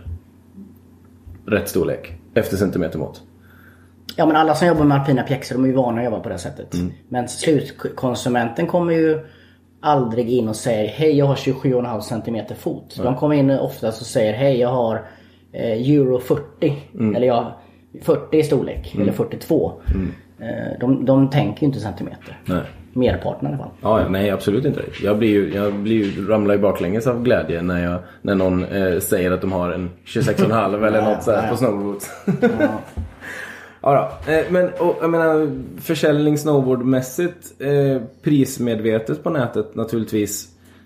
rätt storlek efter centimetermått. Ja, men alla som jobbar med alpina pjäxor, de är ju vana att jobba på det sättet. Mm. Men slutkonsumenten kommer ju aldrig in och säger hej, jag har tjugosju komma fem centimeter fot. Ja. De kommer in oftast och säger hej, jag har eh, euro fyrtio mm. eller jag fyrtio i storlek mm. eller fyrtiotvå. Mm. Eh, de, de tänker ju inte centimeter. Nej. Merparten i alla fall. Ja, nej, absolut inte. Jag blir ju, jag blir ju, ramlar ju baklänges av glädje när, jag, när någon eh, säger att de har en tjugosex komma fem eller något så här på snowboard. Ja. Ja då. Eh, men och, jag menar, försäljning snowboardmässigt, eh, prismedvetet på nätet naturligtvis.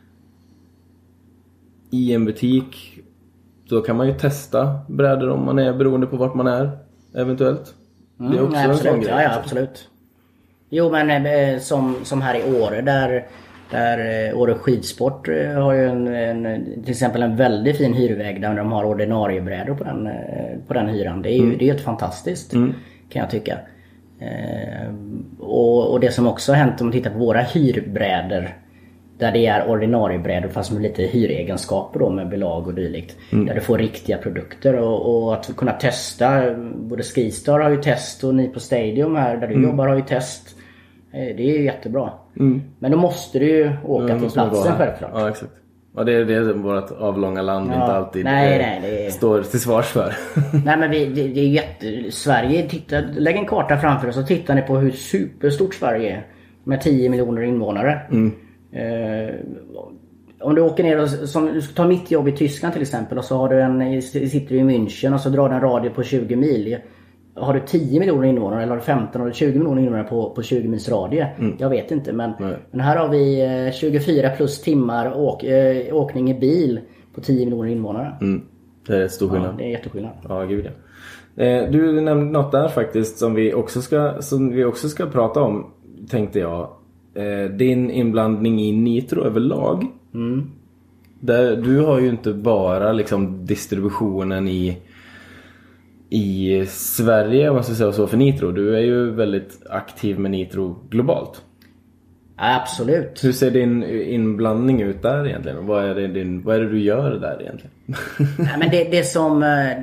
I en butik då kan man ju testa brädor om man är beroende på vart man är eventuellt. Mm, det är också nej, en sån grej. Ja, ja, absolut. Jo, men eh, som, som här i Åre där, där eh, Åre skidsport eh, har ju en, en, till exempel en väldigt fin hyrväg där de har ordinarie brädor på den, eh, på den hyran. Det är ju mm. det är ju ett fantastiskt mm. kan jag tycka. Eh, och, och det som också har hänt om man tittar på våra hyrbrädor där det är ordinarie brädor fast med lite hyregenskaper då med belag och dylikt. Mm. Där du får riktiga produkter och, och att kunna testa. Både Skistar har ju test och ni på Stadium här där du mm. jobbar har ju test. Det är ju jättebra. Mm. Men då måste du ju åka ja, till platsen självklart. Ja, exakt. Ja, det är det vårt avlånga land ja. inte alltid nej, nej, det är... står till svars för. Nej, men vi, det, det är jätte... Sverige, titta, lägg en karta framför oss och tittar ni på hur superstort Sverige är. med tio miljoner invånare. Mm. Eh, om du åker ner och som, du ska ta mitt jobb i Tyskland till exempel och så har du en, sitter du i München och så drar du en radie på tjugo mil. Har du tio miljoner invånare eller har du femton eller tjugo miljoner invånare på, på tjugo mils radie? Mm. Jag vet inte, men, men här har vi tjugofyra plus timmar åk, äh, åkning i bil på tio miljoner invånare. Mm. Det är stor skillnad. Ja, det är jätteskillnad. Ja, gud ja. Eh, du nämnde något där faktiskt som vi också ska, som vi också ska prata om, tänkte jag. Eh, din inblandning i Nitro överlag. Mm. Där, du har ju inte bara liksom distributionen i i Sverige, om man ska säga så, för Nitro. Du är ju väldigt aktiv med Nitro globalt. Absolut. Hur ser din inblandning ut där egentligen? Vad är det, din, vad är det du gör där egentligen? Nej, men det, det som eh,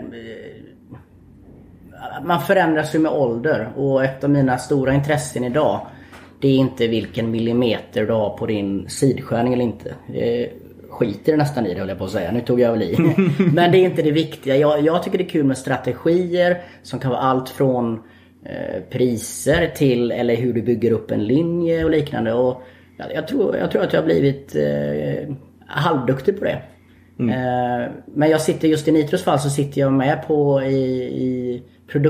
man förändras ju med ålder, och ett av mina stora intressen idag, det är inte vilken millimeter du har på din sidskärning eller inte. Eh, skiter nästan i det, höll jag på att säga. Nu tog jag väl i. Men det är inte det viktiga. Jag, jag tycker det är kul med strategier som kan vara allt från eh, priser till eller hur du bygger upp en linje och liknande. Och jag, jag, tror, jag tror att jag har blivit eh, halvduktig på det. Mm. Eh, men jag sitter just i Nitros fall så sitter jag med på i, i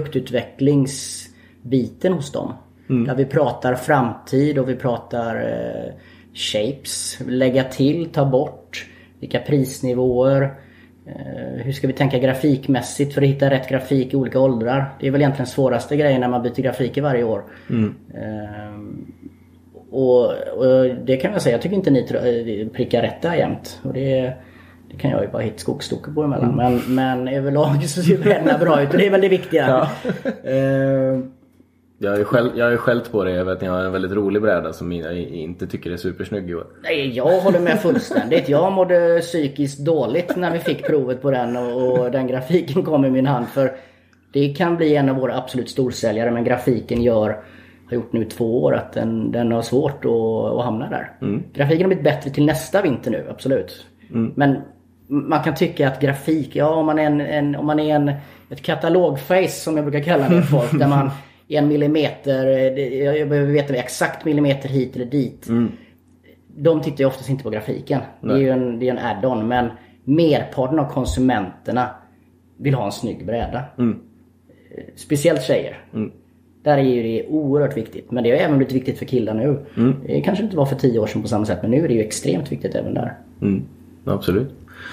produktutvecklingsbiten hos dem. Mm. Där vi pratar framtid och vi pratar eh, shapes, lägga till, ta bort, vilka prisnivåer, eh, hur ska vi tänka grafikmässigt för att hitta rätt grafik i olika åldrar. Det är väl egentligen svåraste grejen när man byter grafiker varje år. Mm. Eh, och, och det kan jag säga, jag tycker inte ni tr- prickar rätt där jämt. Och det, det kan jag ju bara hitta skogstoker på emellan. Mm. Men, men överlag så ser det bra ut och det är väl det viktiga. Ja. eh, Jag har ju själv, jag har ju skällt på det. Jag vet att ni har en väldigt rolig bräda som jag inte tycker är supersnygg i år. Nej, jag håller med fullständigt. Jag mådde psykiskt dåligt när vi fick provet på den och, och den grafiken kom i min hand. För det kan bli en av våra absolut storsäljare, men grafiken gör, har gjort nu två år att den, den har svårt att, att hamna där. Mm. Grafiken har blivit bättre till nästa vinter nu, absolut. Mm. Men man kan tycka att grafik, ja om man är en, en, om man är en ett katalogface som jag brukar kalla det folk, där man en millimeter, jag behöver veta exakt millimeter hit eller dit. Mm. De tittar ju oftast inte på grafiken. Nej. Det är ju en, det är en add-on, men merparten av konsumenterna vill ha en snygg bräda. Mm. Speciellt tjejer. Mm. Där är ju det oerhört viktigt. Men det är även blivit viktigt för killar nu. Mm. Det kanske inte var för tio år sedan på samma sätt, men nu är det ju extremt viktigt även där. Mm. Absolut.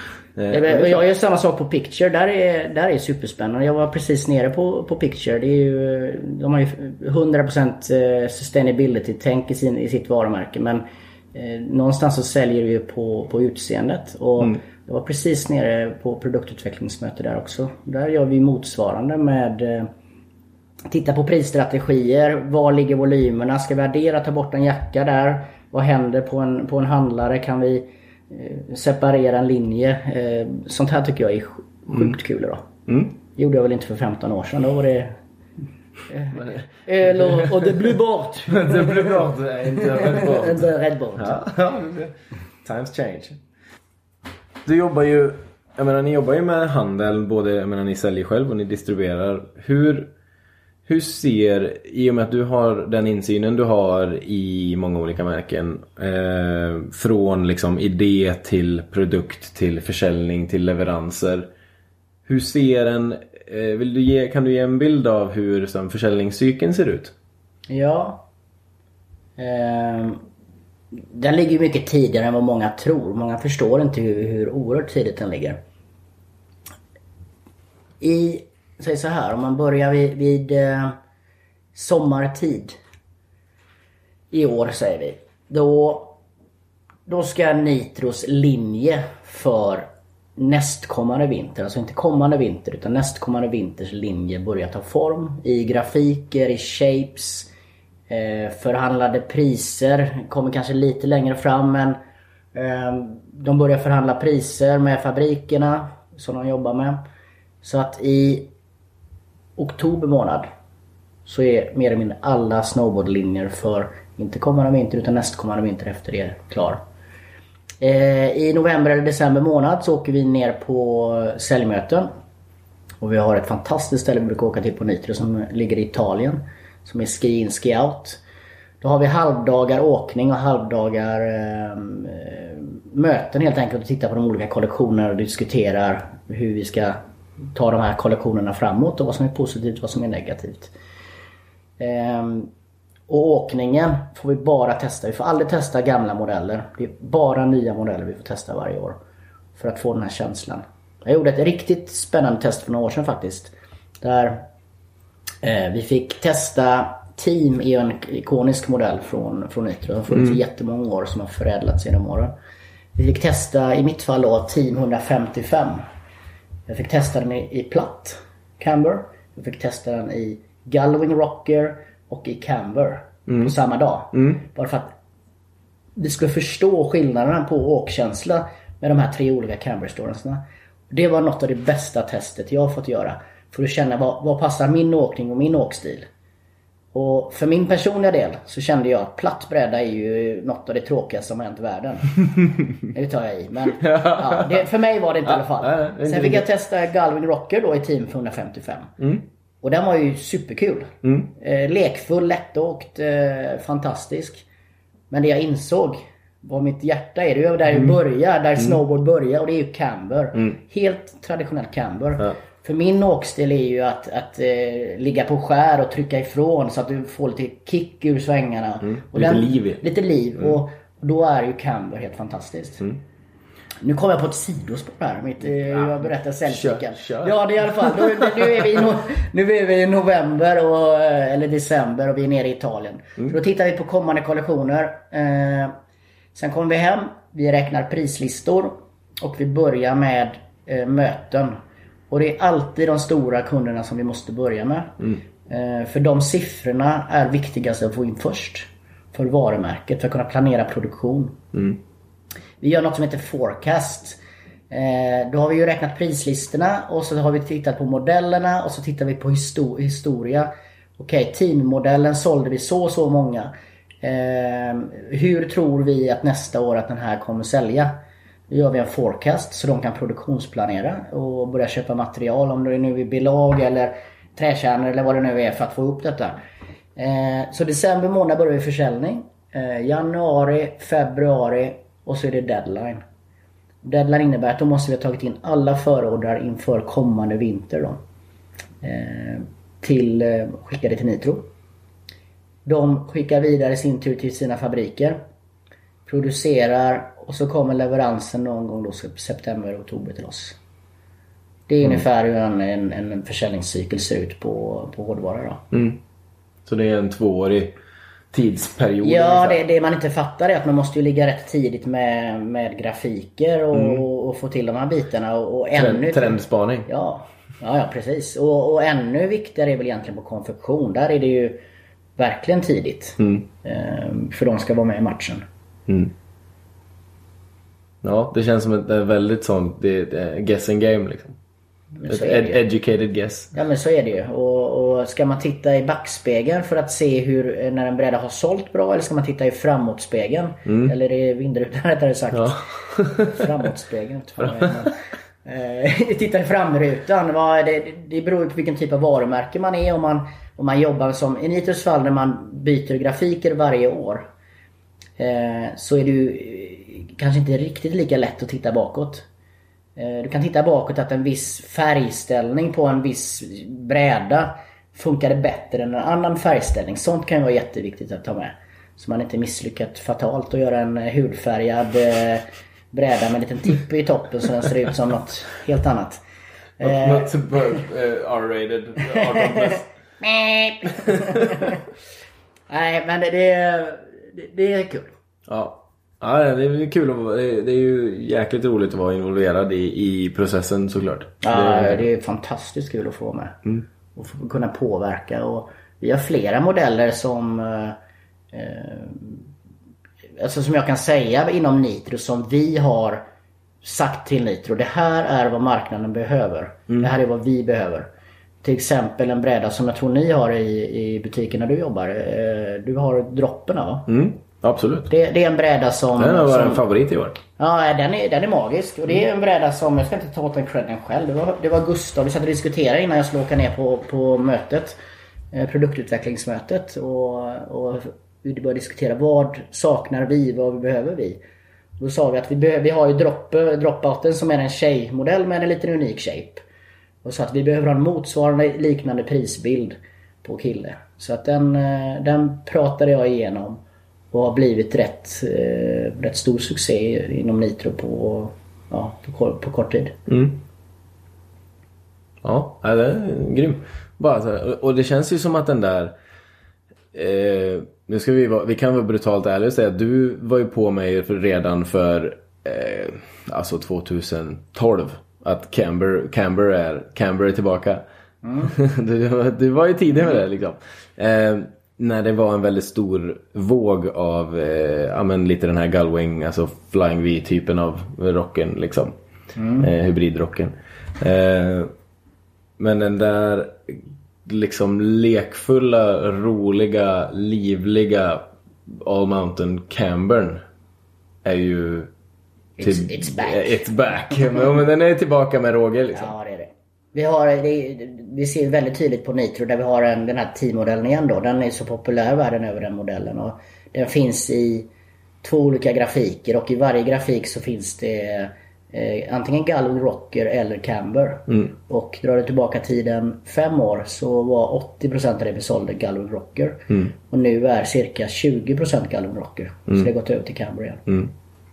Jag gör samma sak på Picture. Där är, där är superspännande. Jag var precis nere på, på Picture. Det är ju, de har ju hundra procent sustainability-tänk i, sin, i sitt varumärke. Men eh, någonstans så säljer vi ju på, på utseendet. Och mm. jag var precis nere på produktutvecklingsmöte där också. Där gör vi motsvarande med eh, titta på prisstrategier. Var ligger volymerna? Ska vi addera, ta bort en jacka där? Vad händer på en, på en handlare? Kan vi separera en linje? Sånt här tycker jag är sjukt mm. kul då. Mm. Det gjorde jag väl inte för femton år sedan. Då var det öl och, och det blev bort. Det blev bort. Inte rädd bort. Inte rädd bort. Ja. Times change. Du jobbar ju, jag menar ni jobbar ju med handel, både, jag menar ni säljer själv och ni distribuerar. Hur Hur ser, i och med att du har den insynen du har i många olika märken, eh, från liksom idé till produkt till försäljning till leveranser. Hur ser en, eh, vill du ge, kan du ge en bild av hur som försäljningscykeln ser ut? Ja. Eh, den ligger ju mycket tidigare än vad många tror. Många förstår inte hur, hur oerhört tidigt den ligger. I Säg så här, om man börjar vid, vid eh, sommartid i år säger vi, då, då ska Nitros linje för nästkommande vinter, alltså inte kommande vinter utan nästkommande vinters linje börja ta form i grafiker, i shapes, eh, förhandlade priser kommer kanske lite längre fram, men eh, de börjar förhandla priser med fabrikerna som de jobbar med, så att i oktober månad så är mer eller mindre alla snowboardlinjer för inte kommande vinter utan nästkommande vinter efter det klar. Eh, I november eller december månad så åker vi ner på säljmöten. Och vi har ett fantastiskt ställe vi brukar åka till på Nitro som ligger i Italien. Som är Ski In Ski Out. Då har vi halvdagar åkning och halvdagar eh, möten helt enkelt och titta på de olika kollektionerna och diskuterar hur vi ska ta de här kollektionerna framåt och vad som är positivt och vad som är negativt. Eh, och åkningen får vi bara testa. Vi får aldrig testa gamla modeller. Det är bara nya modeller vi får testa varje år för att få den här känslan. Jag gjorde ett riktigt spännande test för några år sedan faktiskt. Där eh, vi fick testa Team i en ikonisk modell från, från Nitro. Det har funnits mm. jättemånga år som har förädlats genom åren. Vi fick testa, i mitt fall då, Team hundrafemtiofem. Jag fick testa den i, i platt camber. Jag fick testa den i Gullwing Rocker och i camber mm. på samma dag. Mm. Bara för att vi skulle förstå skillnaderna på åkkänsla med de här tre olika camber-storensna. Det var något av det bästa testet jag har fått göra. För att känna vad, vad passar min åkning och min åkstil. Och för min personliga del så kände jag att plattbräda är ju något av det tråkigaste som har hänt i världen. Det tar jag i. Men ja, det, för mig var det inte i alla fall. Sen fick jag testa Gullwing Rocker då i Team hundrafemtiofem. Mm. Och den var ju superkul. Mm. Eh, lekfull, lättåkt, eh, fantastisk. Men det jag insåg var mitt hjärta är det ju där mm. det börjar, där mm. snowboard börjar, och det är ju camber. Mm. Helt traditionell camber. Ja. För min åkstil är ju att, att eh, ligga på skär och trycka ifrån så att du får lite kick ur svängarna. Mm. Och lite den, liv. Lite liv. Mm. Och, och då är ju camber helt fantastiskt. Mm. Nu kommer jag på ett sidospår här. Mitt, eh, ja. Jag berättar säljcykeln. Ja, det är i alla fall. Nu, nu, är vi i no, nu är vi i november och, eller december och vi är nere i Italien. Mm. Så då tittar vi på kommande kollektioner. Eh, sen kommer vi hem. Vi räknar prislistor. Och vi börjar med eh, möten. Och det är alltid de stora kunderna som vi måste börja med. Mm. Eh, för de siffrorna är viktigast att få in först. För varumärket. För att kunna planera produktion. Mm. Vi gör något som heter forecast. Eh, då har vi ju räknat prislistorna. Och så har vi tittat på modellerna. Och så tittar vi på histor- historia. Okej, okay, teammodellen sålde vi så så många. Eh, hur tror vi att nästa år att den här kommer sälja? Då gör vi en forecast så de kan produktionsplanera. Och börja köpa material. Om det är nu är belag eller träkärnor eller vad det nu är för att få upp detta. Eh, så december månad börjar vi försäljning. Eh, januari, februari. Och så är det deadline. Deadline innebär att då måste vi ha tagit in alla förordrar inför kommande vinter då. Eh, till, eh, skickade till Nitro. De skickar vidare sin tur till sina fabriker. Producerar och så kommer leveransen någon gång då september, oktober till oss. Det är mm. ungefär hur en, en, en försäljningscykel ser ut på, på hårdvara då. Mm. Så det är en tvåårig tidsperiod? Ja, det, det man inte fattar är att man måste ju ligga rätt tidigt med, med grafiker och, mm. och, och få till de här bitarna. Och, och ännu, trendspaning. Ja, ja, ja precis. Och, och ännu viktigare är väl egentligen på konfektion. Där är det ju verkligen tidigt. Mm. Eh, för de ska vara med i matchen. Mm. Ja, det känns som ett, ett väldigt sånt det, det, guessing game liksom. Ett ed, educated guess. Ja, men så är det ju. Och, och ska man titta i backspegeln för att se hur när en bräda har sålt bra, eller ska man titta i framåtspegeln? Mm. Eller i vindrutan rättare sagt. Ja. Framåtspegeln. eh, titta i framrutan. Vad, det, det beror på vilken typ av varumärke man är. Om man, om man jobbar som i Nitros fall när man byter grafiker varje år. Eh, så är det ju kanske inte riktigt lika lätt att titta bakåt. Du kan titta bakåt att en viss färgställning på en viss bräda funkade bättre än en annan färgställning. Sånt kan vara jätteviktigt att ta med. Så man inte misslyckat fatalt att göra en hudfärgad bräda med en liten tipp i toppen så den ser ut som något helt annat. Not R-rated. Nej, men det, det, det är kul. Ja. Ja, det är kul att, det är ju jäkligt roligt att vara involverad i, i processen såklart. Ja, det är, det är fantastiskt kul att få med. Mm. Och få kunna påverka. Och vi har flera modeller som eh, alltså som jag kan säga inom Nitro som vi har sagt till Nitro. Det här är vad marknaden behöver. Mm. Det här är vad vi behöver. Till exempel en bräda som jag tror ni har i, i butiken när du jobbar. Eh, du har dropperna va? Mm. Absolut. Det, det är en bräda som... Den har varit som, en favorit i år. Ja, den är, den är magisk. Och det är en bräda som... Jag ska inte ta åt den credden själv. Det var, det var Gustav. Vi satt och diskuterade innan jag skulle åka ner på, på mötet. Eh, produktutvecklingsmötet. Och, och vi började diskutera vad saknar vi, vad behöver vi. Då sa vi att vi, behöver, vi har ju drop, Dropouten som är en tjejmodell med en liten unik shape. Och så att vi behöver ha en motsvarande liknande prisbild på kille. Så att den, den pratade jag igenom och har blivit rätt, rätt stor succé inom Nitro på, ja, på, på kort tid. Mm. Ja, det är grym. Bara så här, och det känns ju som att den där eh, nu ska vi vara, vi kan vara brutalt ärliga och säga att du var ju på mig för, redan för eh, alltså tjugohundratolv att Camber, Camber är Camber är tillbaka. Mm. du, du var ju tidig med det liksom. Eh, när det var en väldigt stor våg av eh, ja, men lite den här Gullwing, alltså Flying V-typen av rocken liksom. Mm. Eh, hybridrocken. Eh, men den där liksom lekfulla, roliga, livliga All Mountain Cambern är ju till, it's, it's back. It's back. men, men den är tillbaka med Roger liksom. Ja, det är det. Vi har det, vi ser väldigt tydligt på Nitro där vi har en, den här T-modellen igen då. Den är så populär världen över, den modellen, och den finns i två olika grafiker, och i varje grafik så finns det Eh, antingen Gullwing Rocker eller Camber. Mm. Och drar du tillbaka tiden fem år så var åttio procent av det vi sålde Gullwing Rocker. Mm. Och nu är cirka tjugo procent Gullwing Rocker. Mm. Så det har gått över till Camber igen. Mm.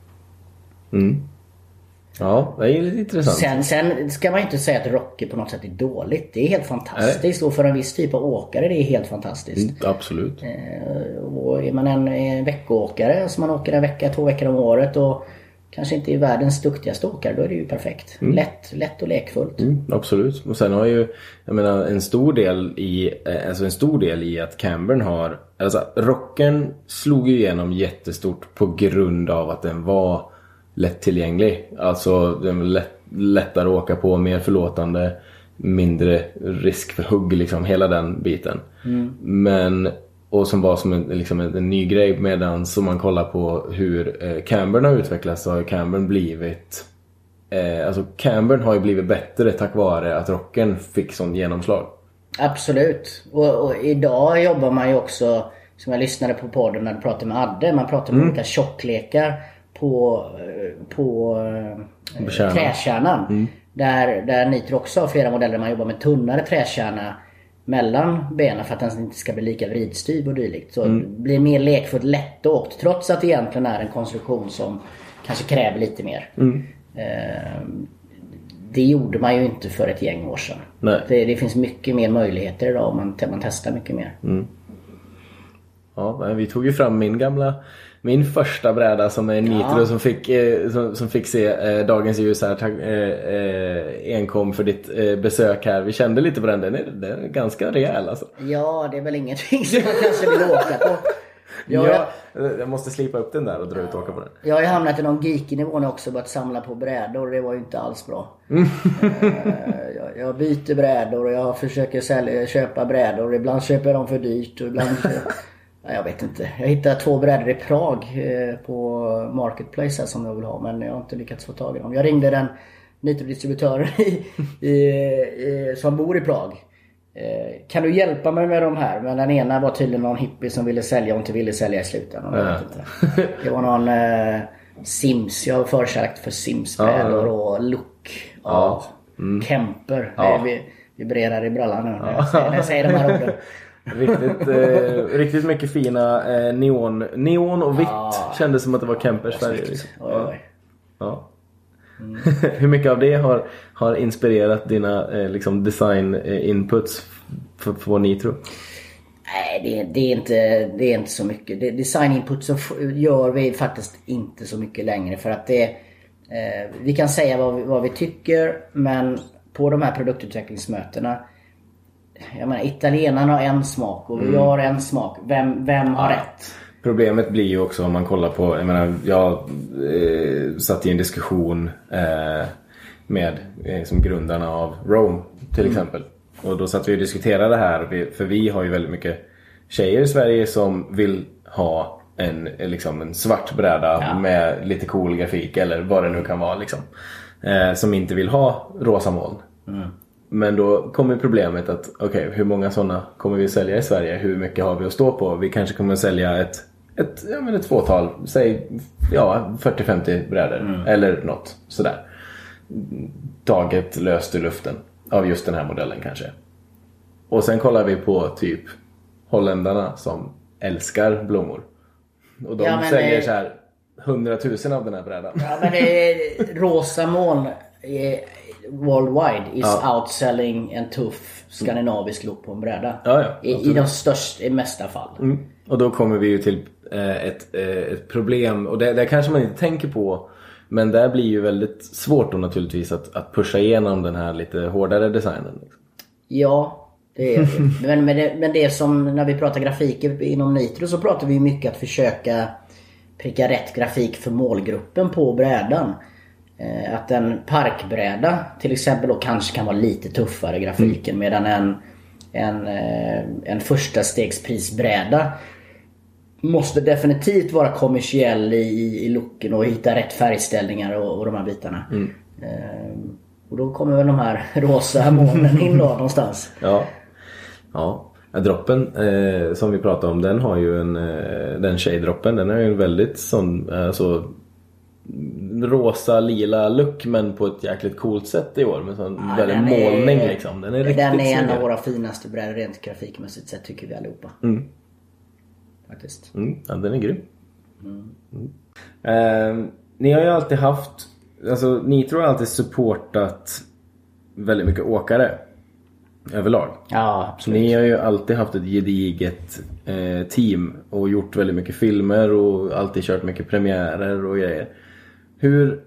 Mm. Ja, det är lite intressant. Sen, sen ska man ju inte säga att rocker på något sätt är dåligt. Det är helt fantastiskt. Nej. Och för en viss typ av åkare det är helt fantastiskt. Mm, absolut. Eh, och är man en, en veckoåkare så man åker en vecka, två veckor om året och kanske inte är världens duktigaste åkare, då är det ju perfekt. Mm. Lätt, lätt och lekfullt. Mm, absolut. Och sen har ju, jag menar, en stor del i, alltså en stor del i att Cambern har, alltså rocken slog ju igenom jättestort på grund av att den var lättillgänglig. Alltså den var lätt, lättare att åka på, mer förlåtande, mindre risk för hugg, liksom hela den biten. Mm. Men och som var som en, liksom en, en ny grej, medan som man kollar på hur eh, Cambern har utvecklats, så har Cambern blivit eh, alltså Cambern har ju blivit bättre tack vare att rocken fick sån genomslag. Absolut. Och, och idag jobbar man ju också, som jag lyssnade på podden när du pratade med Adde, man pratar om mm. olika tjocklekar på, på eh, träkärnan. Mm. Där, där Nitro också har flera modeller, man jobbar med tunnare träkärna mellan benen för att den inte ska bli lika vridstyv och dylikt. Så mm. det blir mer lekfullt lättåkt, trots att det egentligen är en konstruktion som kanske kräver lite mer. Mm. Eh, det gjorde man ju inte för ett gäng år sedan. Det, det finns mycket mer möjligheter idag om man, man testar mycket mer. Mm. Ja, men vi tog ju fram min gamla min första bräda som är en Nitro, ja. som, fick, eh, som, som fick se eh, dagens ljus här. Tack, eh, eh, enkom för ditt eh, besök här. Vi kände lite på den, den är, den är ganska rejäl alltså. Ja, det är väl ingenting som man kanske vill åka på. Jag, ja, jag måste slipa upp den där och dra ut och åka på den. Jag har ju hamnat i någon geeky-nivå nu också, börjat samla på brädor. Det var ju inte alls bra. Mm. jag, jag byter brädor och jag försöker sälja, köpa brädor. Ibland köper jag dem för dyrt och ibland köper... Jag vet inte. Jag hittade två brädor i Prag eh, på Marketplace här, som jag vill ha, men jag har inte lyckats få tag i dem. Jag ringde den Nitro-distributören i, i, i, som bor i Prag. Eh, kan du hjälpa mig med de här? Men den ena var tydligen någon hippie som ville sälja och inte ville sälja i slutändan. Jag vet inte. Det var någon eh, Sims. Jag har förkärlekt för Sims-brädor ja. och look. Ja. Mm. Kemper. Ja. Det vibrerar i brallan nu när jag säger, när jag säger de här orden. Riktigt, eh, riktigt mycket fina eh, neon, neon och vitt. Ja. Kändes som att det var Kempers färger. Liksom. Ja. Ja. Mm. Hur mycket av det har, har inspirerat dina eh, liksom design eh, inputs för, för Nitro? Nej, det, det, är inte, det är inte så mycket. Det, design inputs så gör vi faktiskt inte så mycket längre. För att det, eh, vi kan säga vad vi, vad vi tycker, men på de här produktutvecklingsmötena, jag menar, italienarna har en smak och vi mm. har en smak. Vem, vem har ja. rätt? Problemet blir ju också om man kollar på, jag menar, jag eh, satt i en diskussion eh, med eh, som grundarna av Rome till mm. exempel. Och då satt vi och diskuterade det här, för vi har ju väldigt mycket tjejer i Sverige som vill ha en, liksom en svart bräda ja. med lite cool grafik eller vad det nu kan vara liksom. Eh, som inte vill ha rosa moln. Mm. Men då kommer problemet att okej, okay, hur många sådana kommer vi sälja i Sverige? Hur mycket har vi att stå på? Vi kanske kommer att sälja ett, ett, ja, men ett fåtal, säg ja, fyrtio femtio brädor mm. eller något sådär. Taget löst i luften av just den här modellen kanske. Och sen kollar vi på typ holländarna som älskar blommor. Och de ja, säljer det... så här hundratusen av den här brädan. Ja, men det är rosa moln worldwide is ja. outselling en tuff skandinavisk look på en bräda. Ja, ja, I, I de största, i mesta fall. Mm. Och då kommer vi ju till eh, ett, eh, ett problem. Och det, det kanske man inte tänker på. Men det blir ju väldigt svårt då naturligtvis att, att pusha igenom den här lite hårdare designen. Liksom. Ja, det är det. men, men, det, men det är som när vi pratar grafik inom Nitro så pratar vi mycket att försöka pricka rätt grafik för målgruppen på brädan. Eh, att en parkbräda till exempel då kanske kan vara lite tuffare i grafiken mm. medan en, en, eh, en första stegsprisbräda måste definitivt vara kommersiell i, i looken och hitta rätt färgställningar och, och de här bitarna. Mm. Eh, och då kommer väl de här rosa molnen in då någonstans. Ja, ja. Droppen eh, som vi pratade om, den har ju en eh, den tjejdroppen, den är ju en väldigt sån alltså rosa lila look men på ett jäkligt coolt sätt i år med sån ja, väldigt målning är, liksom. Den är riktigt Den är en snygg. Av våra finaste brädor rent grafikmässigt sett tycker vi allihopa. Mm. Faktiskt. Mm, ja, den är grym. Mm. Mm. Eh, ni har ju alltid haft alltså Nitro har alltid supportat väldigt mycket åkare överlag. Ja, absolut. Ni har ju alltid haft ett gediget eh, team och gjort väldigt mycket filmer och alltid kört mycket premiärer och grejer. Hur,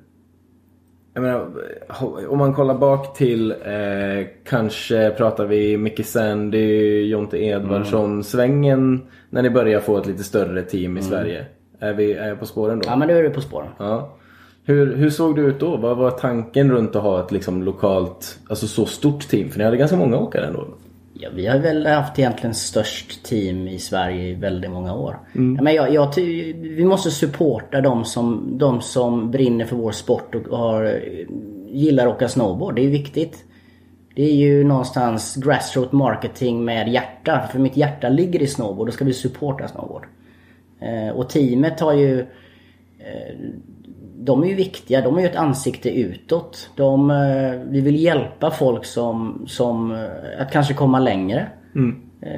jag menar, om man kollar bak till eh, kanske pratar vi Mickey Sandy, Jonte Edvardsson mm. svängen när ni börjar få ett lite större team i mm. Sverige. Är, vi, är jag på spåren då? Ja, men nu är du på spåren. Ja. Hur, hur såg det ut då? Vad var tanken runt att ha ett liksom lokalt, alltså så stort team? För ni hade ganska många åkare ändå. Ja, vi har väl haft egentligen störst team i Sverige i väldigt många år. Mm. Ja, men jag, jag, vi måste supporta de som, de som brinner för vår sport och har, gillar att åka snowboard. Det är viktigt. Det är ju någonstans grassroots marketing med hjärta. För mitt hjärta ligger i snowboard. Då ska vi supporta snowboard. Eh, och teamet har ju... Eh, de är ju viktiga, de är ju ett ansikte utåt. De, vi vill hjälpa folk som, som att kanske komma längre. Mm.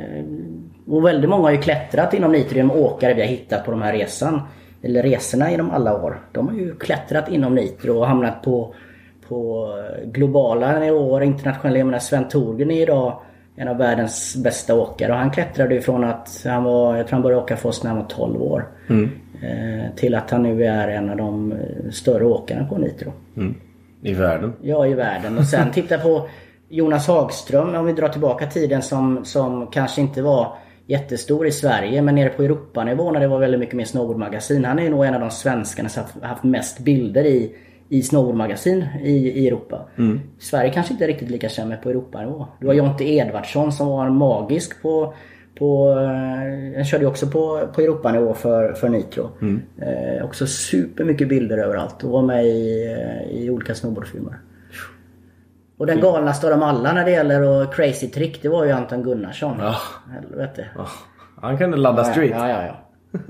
Och väldigt många har ju klättrat inom Nitro, de åkare vi har hittat på de här resan. Eller resorna genom alla år. De har ju klättrat inom Nitro och hamnat på, på globala nivåer, internationella. Jag menar, Sven Thorgren är idag en av världens bästa åkare. Och han klättrade ju från att han var, jag tror han började åka för oss när han var tolv år. Mm. Till att han nu är en av de större åkarna på Nitro. Mm. I världen? Ja, i världen. Och sen titta på Jonas Hagström, om vi drar tillbaka tiden, som, som kanske inte var jättestor i Sverige, men nere på Europanivå när det var väldigt mycket mer snowboardmagasin. Han är nog en av de svenskarna som har haft mest bilder i, i snowboardmagasin i, i Europa. Mm. Sverige kanske inte är riktigt lika känd på Europanivå. Du har Jonte Edvardsson som var magisk på... På, jag körde ju också på, på Europanivå för, för Nitro. Mm. Eh, också super mycket bilder överallt och var med i, i olika snowboardfilmer. Och den galnaste av dem alla när det gäller och crazy trick, det var ju Anton Gunnarsson. Ja. Helvete. Ja. Han kunde ladda street. Ja, ja, ja.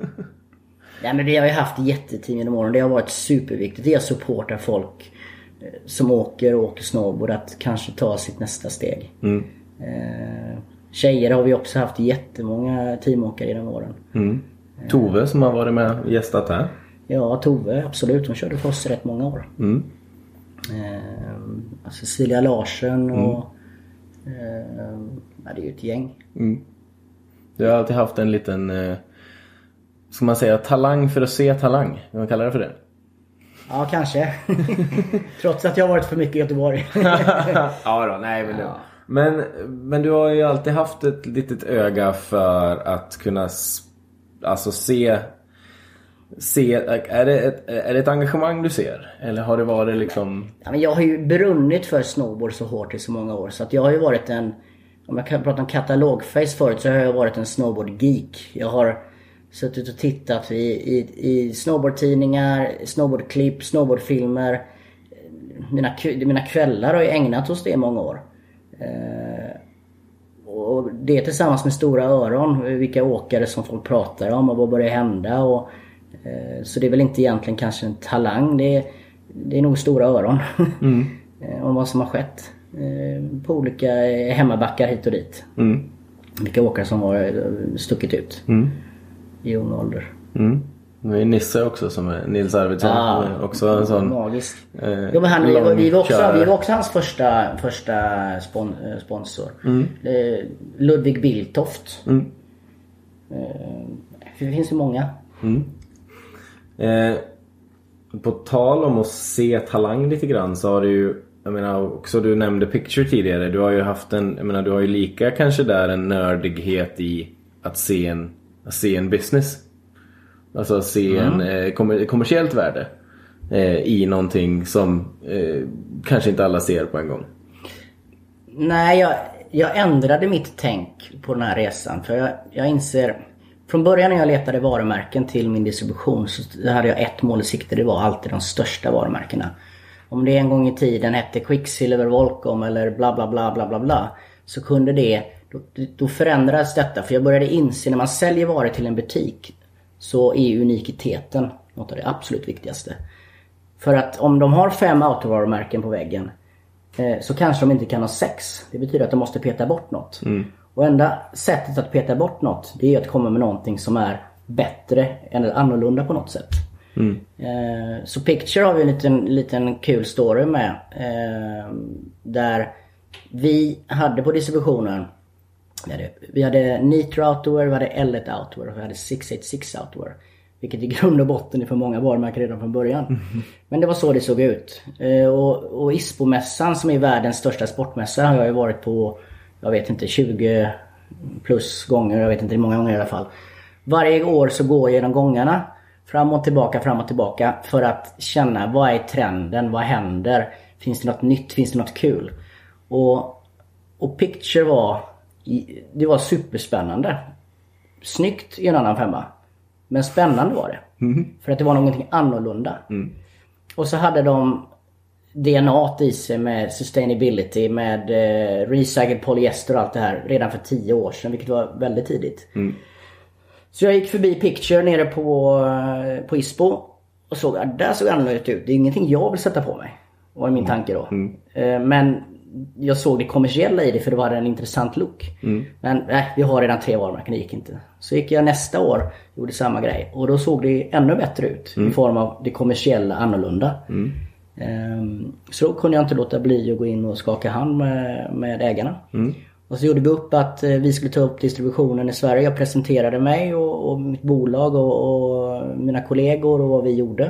Ja, men det har jag haft jätteteam genom åren. Det har varit superviktigt. Det är att supporta folk som åker och åker snowboard att kanske ta sitt nästa steg. Mm. Eh, Tjejer har vi också haft jättemånga teamåkare genom åren. Mm. Tove som har varit med och gästat här. Ja, Tove, absolut. Hon körde för oss rätt många år. Mm. Eh, Cecilia Larsen och... Mm. Eh, ja, det är ju ett gäng. Mm. Du har alltid haft en liten... Eh, ska man säga talang för att se talang? Kan man kalla det för det? Ja, kanske. Trots att jag har varit för mycket i Göteborg. Ja då, nej men... Ja. Men, men du har ju alltid haft ett litet öga för att kunna alltså se, se är, det ett, är det ett engagemang du ser? Eller har det varit liksom... Ja, men jag har ju brunnit för snowboard så hårt i så många år. Så att jag har ju varit en, om jag kan prata om katalogface förut, så har jag varit en snowboardgeek. Jag har suttit och tittat i, i, i snowboardtidningar, snowboardklipp, snowboardfilmer. Mina, mina kvällar har jag ägnat hos det i många år. Eh, och det tillsammans med stora öron, vilka åkare som folk pratar om och vad börjar hända. Och, eh, så det är väl inte egentligen kanske en talang, det är, det är nog stora öron mm. om vad som har skett eh, på olika hemmabackar hit och dit. Mm. Vilka åkare som har stuckit ut mm. i ung ålder. Mm. Det är Nisse också som är Nils Arvidsson. Ja, också en sån magiskt. Eh, jo, men han, vi, vi, var också, vi var också hans första, första spon, sponsor. Mm. Eh, Ludvig Biltoft. Mm. Eh, det finns ju många. Mm. Eh, på tal om att se talang lite grann så har du ju, jag menar också du nämnde Picture tidigare. Du har ju haft en, jag menar du har ju lika kanske där en nördighet i att se en, att se en business. Alltså se en mm. eh, kommer, kommersiellt värde eh, i någonting som eh, kanske inte alla ser på en gång. Nej, jag, jag ändrade mitt tänk på den här resan. För jag, jag inser, från början när jag letade varumärken till min distribution så hade jag ett mål i sikte. Det var alltid de största varumärkena. Om det en gång i tiden hette Quicksilver, Volcom eller bla bla bla bla bla bla, så kunde det, då, då förändrades detta. För jag började inse när man säljer varor till en butik så är unikiteten något av det absolut viktigaste. För att om de har fem autovarumärken på väggen eh, så kanske de inte kan ha sex. Det betyder att de måste peta bort något. Mm. Och enda sättet att peta bort något, det är att komma med någonting som är bättre eller annorlunda på något sätt. Mm. Eh, så Picture har vi en liten, liten kul story med. Eh, där vi hade på distributionen, vi hade, vi hade Nitro Outdoor, vi hade L ett Outdoor och vi hade sex åttiosex Outdoor. Vilket i grund och botten är för många varumärken redan från början. Mm. Men det var så det såg ut. Eh, och, och ISPO-mässan som är världens största sportmässa har jag ju varit på, jag vet inte, tjugo plus gånger. Jag vet inte hur många gånger i alla fall. Varje år så går jag genom gångarna. Fram och tillbaka, fram och tillbaka. För att känna, vad är trenden? Vad händer? Finns det något nytt? Finns det något kul? Och, och Picture var, det var superspännande. Snyggt i en annan femma. Men spännande var det. Mm. För att det var någonting annorlunda. Mm. Och så hade de D N A i sig med sustainability, med eh, recycled polyester och allt det här redan för tio år sedan, vilket var väldigt tidigt. Mm. Så jag gick förbi Picture nere på, eh, på ISPO och såg att där såg annorlunda ut. Det är ingenting jag vill sätta på mig, var min tanke då. Mm. Eh, men jag såg det kommersiella i det för det var en intressant look. Mm. Men nej, vi har redan tre varumärken, det gick inte. Så gick jag nästa år, gjorde samma grej. Och då såg det ännu bättre ut mm. i form av det kommersiella annorlunda. Mm. Um, så då kunde jag inte låta bli att gå in och skaka hand med, med ägarna. Mm. Och så gjorde vi upp att uh, vi skulle ta upp distributionen i Sverige. Jag presenterade mig och, och mitt bolag och, och mina kollegor och vad vi gjorde.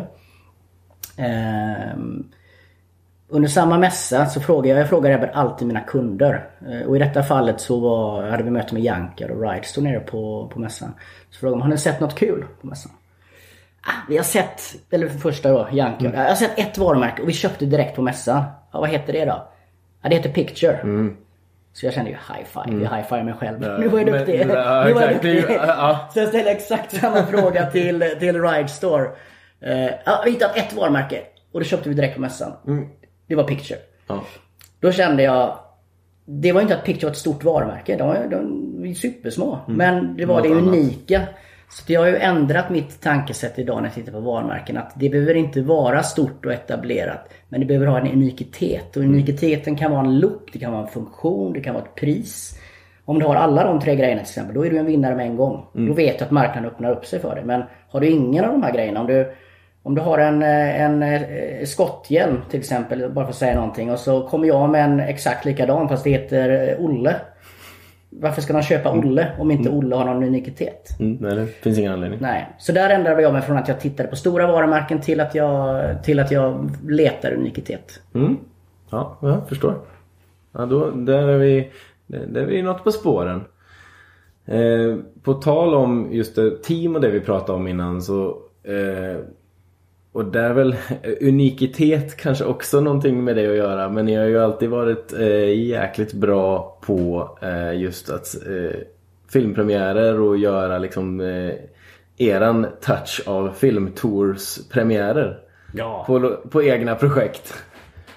Um, Under samma mässa så frågade jag, jag frågar även alltid mina kunder. Och i detta fallet så var, hade vi möte med Janker och Ridestore nere på, på mässan. Så frågade de, har ni sett något kul på mässan? Ah, vi har sett, eller för första då, Janker. Mm. Jag har sett ett varumärke och vi köpte direkt på mässan. Ja, vad heter det då? Ja, det heter Picture. Mm. Så jag kände ju high five, mm. jag high five mig själv. Ja, nu var jag duktig. Men, ja, nu var jag duktig. Ja. Så jag ställde exakt samma fråga till, till Ridestore. Uh, ja, vi hittade ett varumärke och då köpte vi direkt på mässan. Mm. Det var Picture. Ja. Då kände jag, det var inte att Picture var ett stort varumärke. De var, de var supersmå. Mm. Men det var Något det unika. Annat. Så jag har ju ändrat mitt tankesätt idag när jag tittar på varumärken. Att det behöver inte vara stort och etablerat. Men det behöver ha en unikitet. Och unikiteten kan vara en look, det kan vara en funktion, det kan vara ett pris. Om du har alla de tre grejerna till exempel, då är du en vinnare med en gång. Mm. Då vet du att marknaden öppnar upp sig för det. Men har du ingen av de här grejerna, om du... Om du har en, en, en skotthjälm till exempel, bara för att säga någonting, och så kommer jag med en exakt likadan fast det heter Olle. Varför ska de köpa Olle om inte Olle har någon unikitet? Mm, nej, det finns ingen anledning. Nej, så där ändrade jag mig från att jag tittade på stora varumärken till att jag, till att jag letar unikitet. Mm. Ja, jag förstår. Ja, då, där är vi, där är vi något på spåren. Eh, på tal om just det, team och det vi pratade om innan så... Eh, Och där är väl unikitet kanske också någonting med det att göra. Men ni har ju alltid varit eh, jäkligt bra på eh, just att eh, filmpremiärer och göra liksom eh, eran touch av filmtours premiärer. Ja. På, på egna projekt.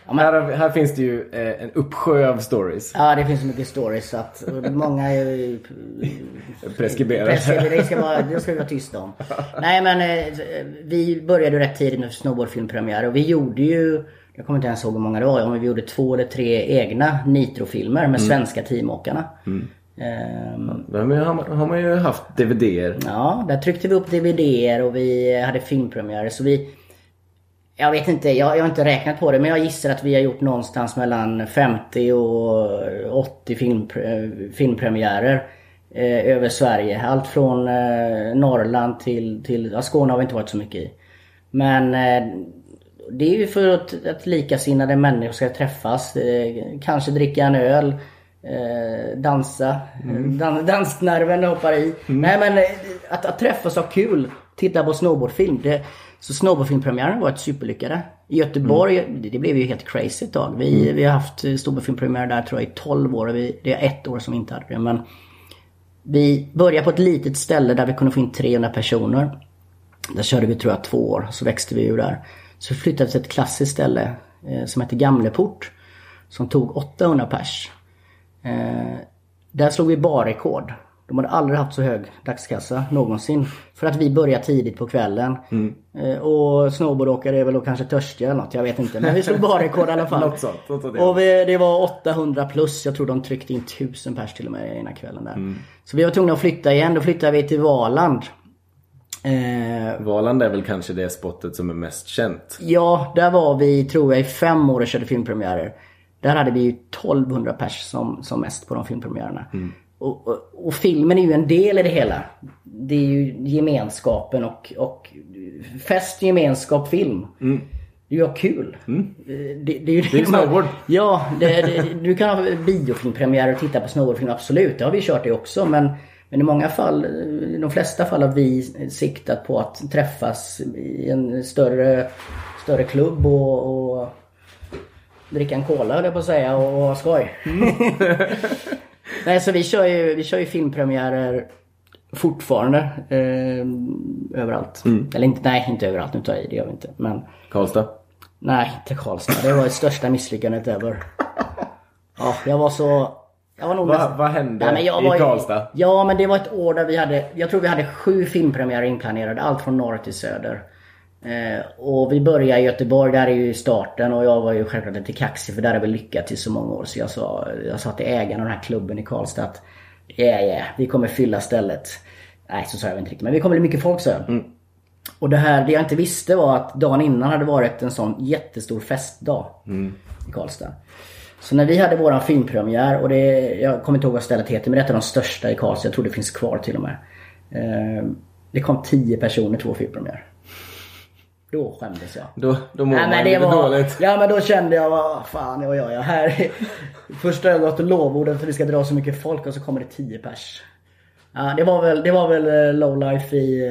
Ja, men... här, här finns det ju eh, en uppsjö av stories. Ja, det finns så mycket stories så att många är preskriberade. Preskriberade, det ska vara, det ska vi vara tysta om. Nej, men eh, vi började rätt tidigt med snowboardfilmpremiär och vi gjorde ju, jag kommer inte ens ihåg hur många det var, men vi gjorde två eller tre egna nitrofilmer med mm. svenska teamåkarna. Mm. Um, ja, men har, har man ju haft D V D-er. Ja, där tryckte vi upp D V D-er och vi hade filmpremiärer så vi, jag vet inte, jag, jag har inte räknat på det, men jag gissar att vi har gjort någonstans mellan femtio och åttio film, filmpremiärer eh, över Sverige. Allt från eh, Norrland till, till ja, Skåne har vi inte varit så mycket i. Men eh, det är ju för att, att likasinnade människor ska träffas, eh, kanske dricka en öl, eh, dansa, mm. Dan, dansnerven hoppar i. Mm. Nej, men eh, att, att träffas och ha kul, titta på snowboardfilm, det. Så snowboardfilmpremiären var ett superlyckade. I Göteborg, mm. det, det blev ju helt crazy ett tag. Vi, mm. vi har haft snowboardfilmpremiär där tror jag i tolv år. Vi, det är ett år som vi inte hade det. Men vi började på ett litet ställe där vi kunde få in trehundra personer. Där körde vi tror jag två år. Så växte vi ur där. Så flyttade vi till ett klassiskt ställe eh, som heter Gamleport. Som tog åttahundra pers. Eh, där slog vi bara rekord. De hade aldrig haft så hög dagskassa någonsin. För att vi började tidigt på kvällen. Mm. Eh, och snowboardåkare är väl då kanske törstiga eller något, jag vet inte. Men vi slog bara rekord i alla fall. Något sånt, något sånt, och vi, det var åttahundra plus. Jag tror de tryckte in tusen pers till och med ena kvällen där. Mm. Så vi var tvungna att flytta igen. Då flyttade vi till Valand. Eh, Valand är väl kanske det spottet som är mest känt. Ja, där var vi tror jag i fem år och körde filmpremiärer. Där hade vi ju tolvhundra pers som, som mest på de filmpremiärerna. Mm. Och, och, och filmen är ju en del i det hela. Det är ju gemenskapen och, och fest, gemenskap, film. Mm. Det är ju kul. Mm. Det, det är ju det är snowboard. Ja, det, det, du kan ha biofilmpremiär och titta på snowboardfilm, absolut. Det har vi kört det också. Men, men i många fall, i de flesta fall har vi siktat på att träffas i en större, större klubb och, och dricka en cola, höll jag på att säga, och ha skoj. Mm. Nej, så vi kör ju, vi kör ju filmpremiärer fortfarande eh, överallt. Mm. Eller inte, nej, inte överallt, nu tar jag i, det gör vi inte. Men, Karlstad? Nej, inte Karlstad. Det var det största misslyckandet ever. Ja, jag var så... Jag var nog Va, mest... Vad hände nej, men jag i var, Karlstad? Ja, men det var ett år där vi hade... Jag tror vi hade sju filmpremiärer inplanerade, allt från norr till söder. Eh, och vi började i Göteborg, där är ju starten, och jag var ju självklart lite kaxig för där har vi lyckats i så många år, så jag sa, jag sa till ägaren av den här klubben i Karlstad att ja, yeah, yeah, vi kommer fylla stället. Nej, så sa jag inte riktigt, men vi kommer bli mycket folk, så mm. Och det här, det jag inte visste var att dagen innan hade varit en sån jättestor festdag mm. i Karlstad. Så när vi hade våran filmpremiär, och det, jag kommer inte ihåg vad stället heter, men det är de största i Karlstad, jag tror det finns kvar till och med. eh, Det kom tio personer till vår filmpremiär. Då skämdes jag. Då, då mår Nej, man men det lite var, dåligt. Ja, men då kände jag, vad fan, jag gör jag här. Första jag gått och lovordet att vi ska dra så mycket folk, och så kommer det tio pers. Ja, det var väl, det var väl low life i,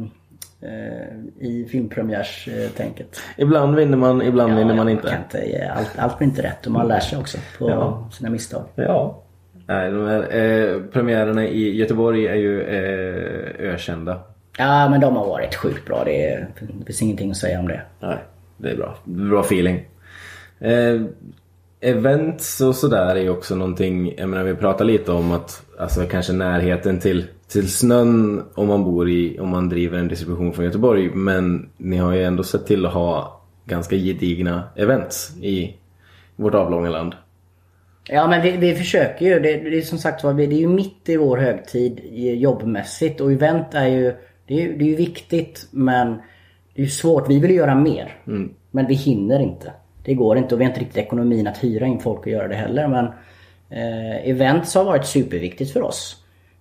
eh, i filmpremiärstänket. Ibland vinner man, ibland ja, vinner man ja, inte. Man kan inte allt, allt blir inte rätt, och man lär sig också på ja. sina misstag. Ja. Nej, de här eh, premiärerna i Göteborg är ju eh, ökända. Ja, men de har varit sjukt bra. Det, är, det finns ingenting att säga om det. Nej, det är bra. Bra feeling. Eh, events och sådär är ju också någonting, jag menar, vi pratar lite om att alltså kanske närheten till, till snön om man bor i, om man driver en distribution från Göteborg, men ni har ju ändå sett till att ha ganska gedigna events i vårt avlånga land. Ja, men vi, vi försöker ju. Det, det är som sagt, det är ju mitt i vår högtid jobbmässigt, och event är ju Det är, ju, det är ju viktigt, men det är ju svårt. Vi vill göra mer, mm. men vi hinner inte. Det går inte, och vi har inte riktigt ekonomin att hyra in folk och göra det heller. Men eh, events har varit superviktigt för oss.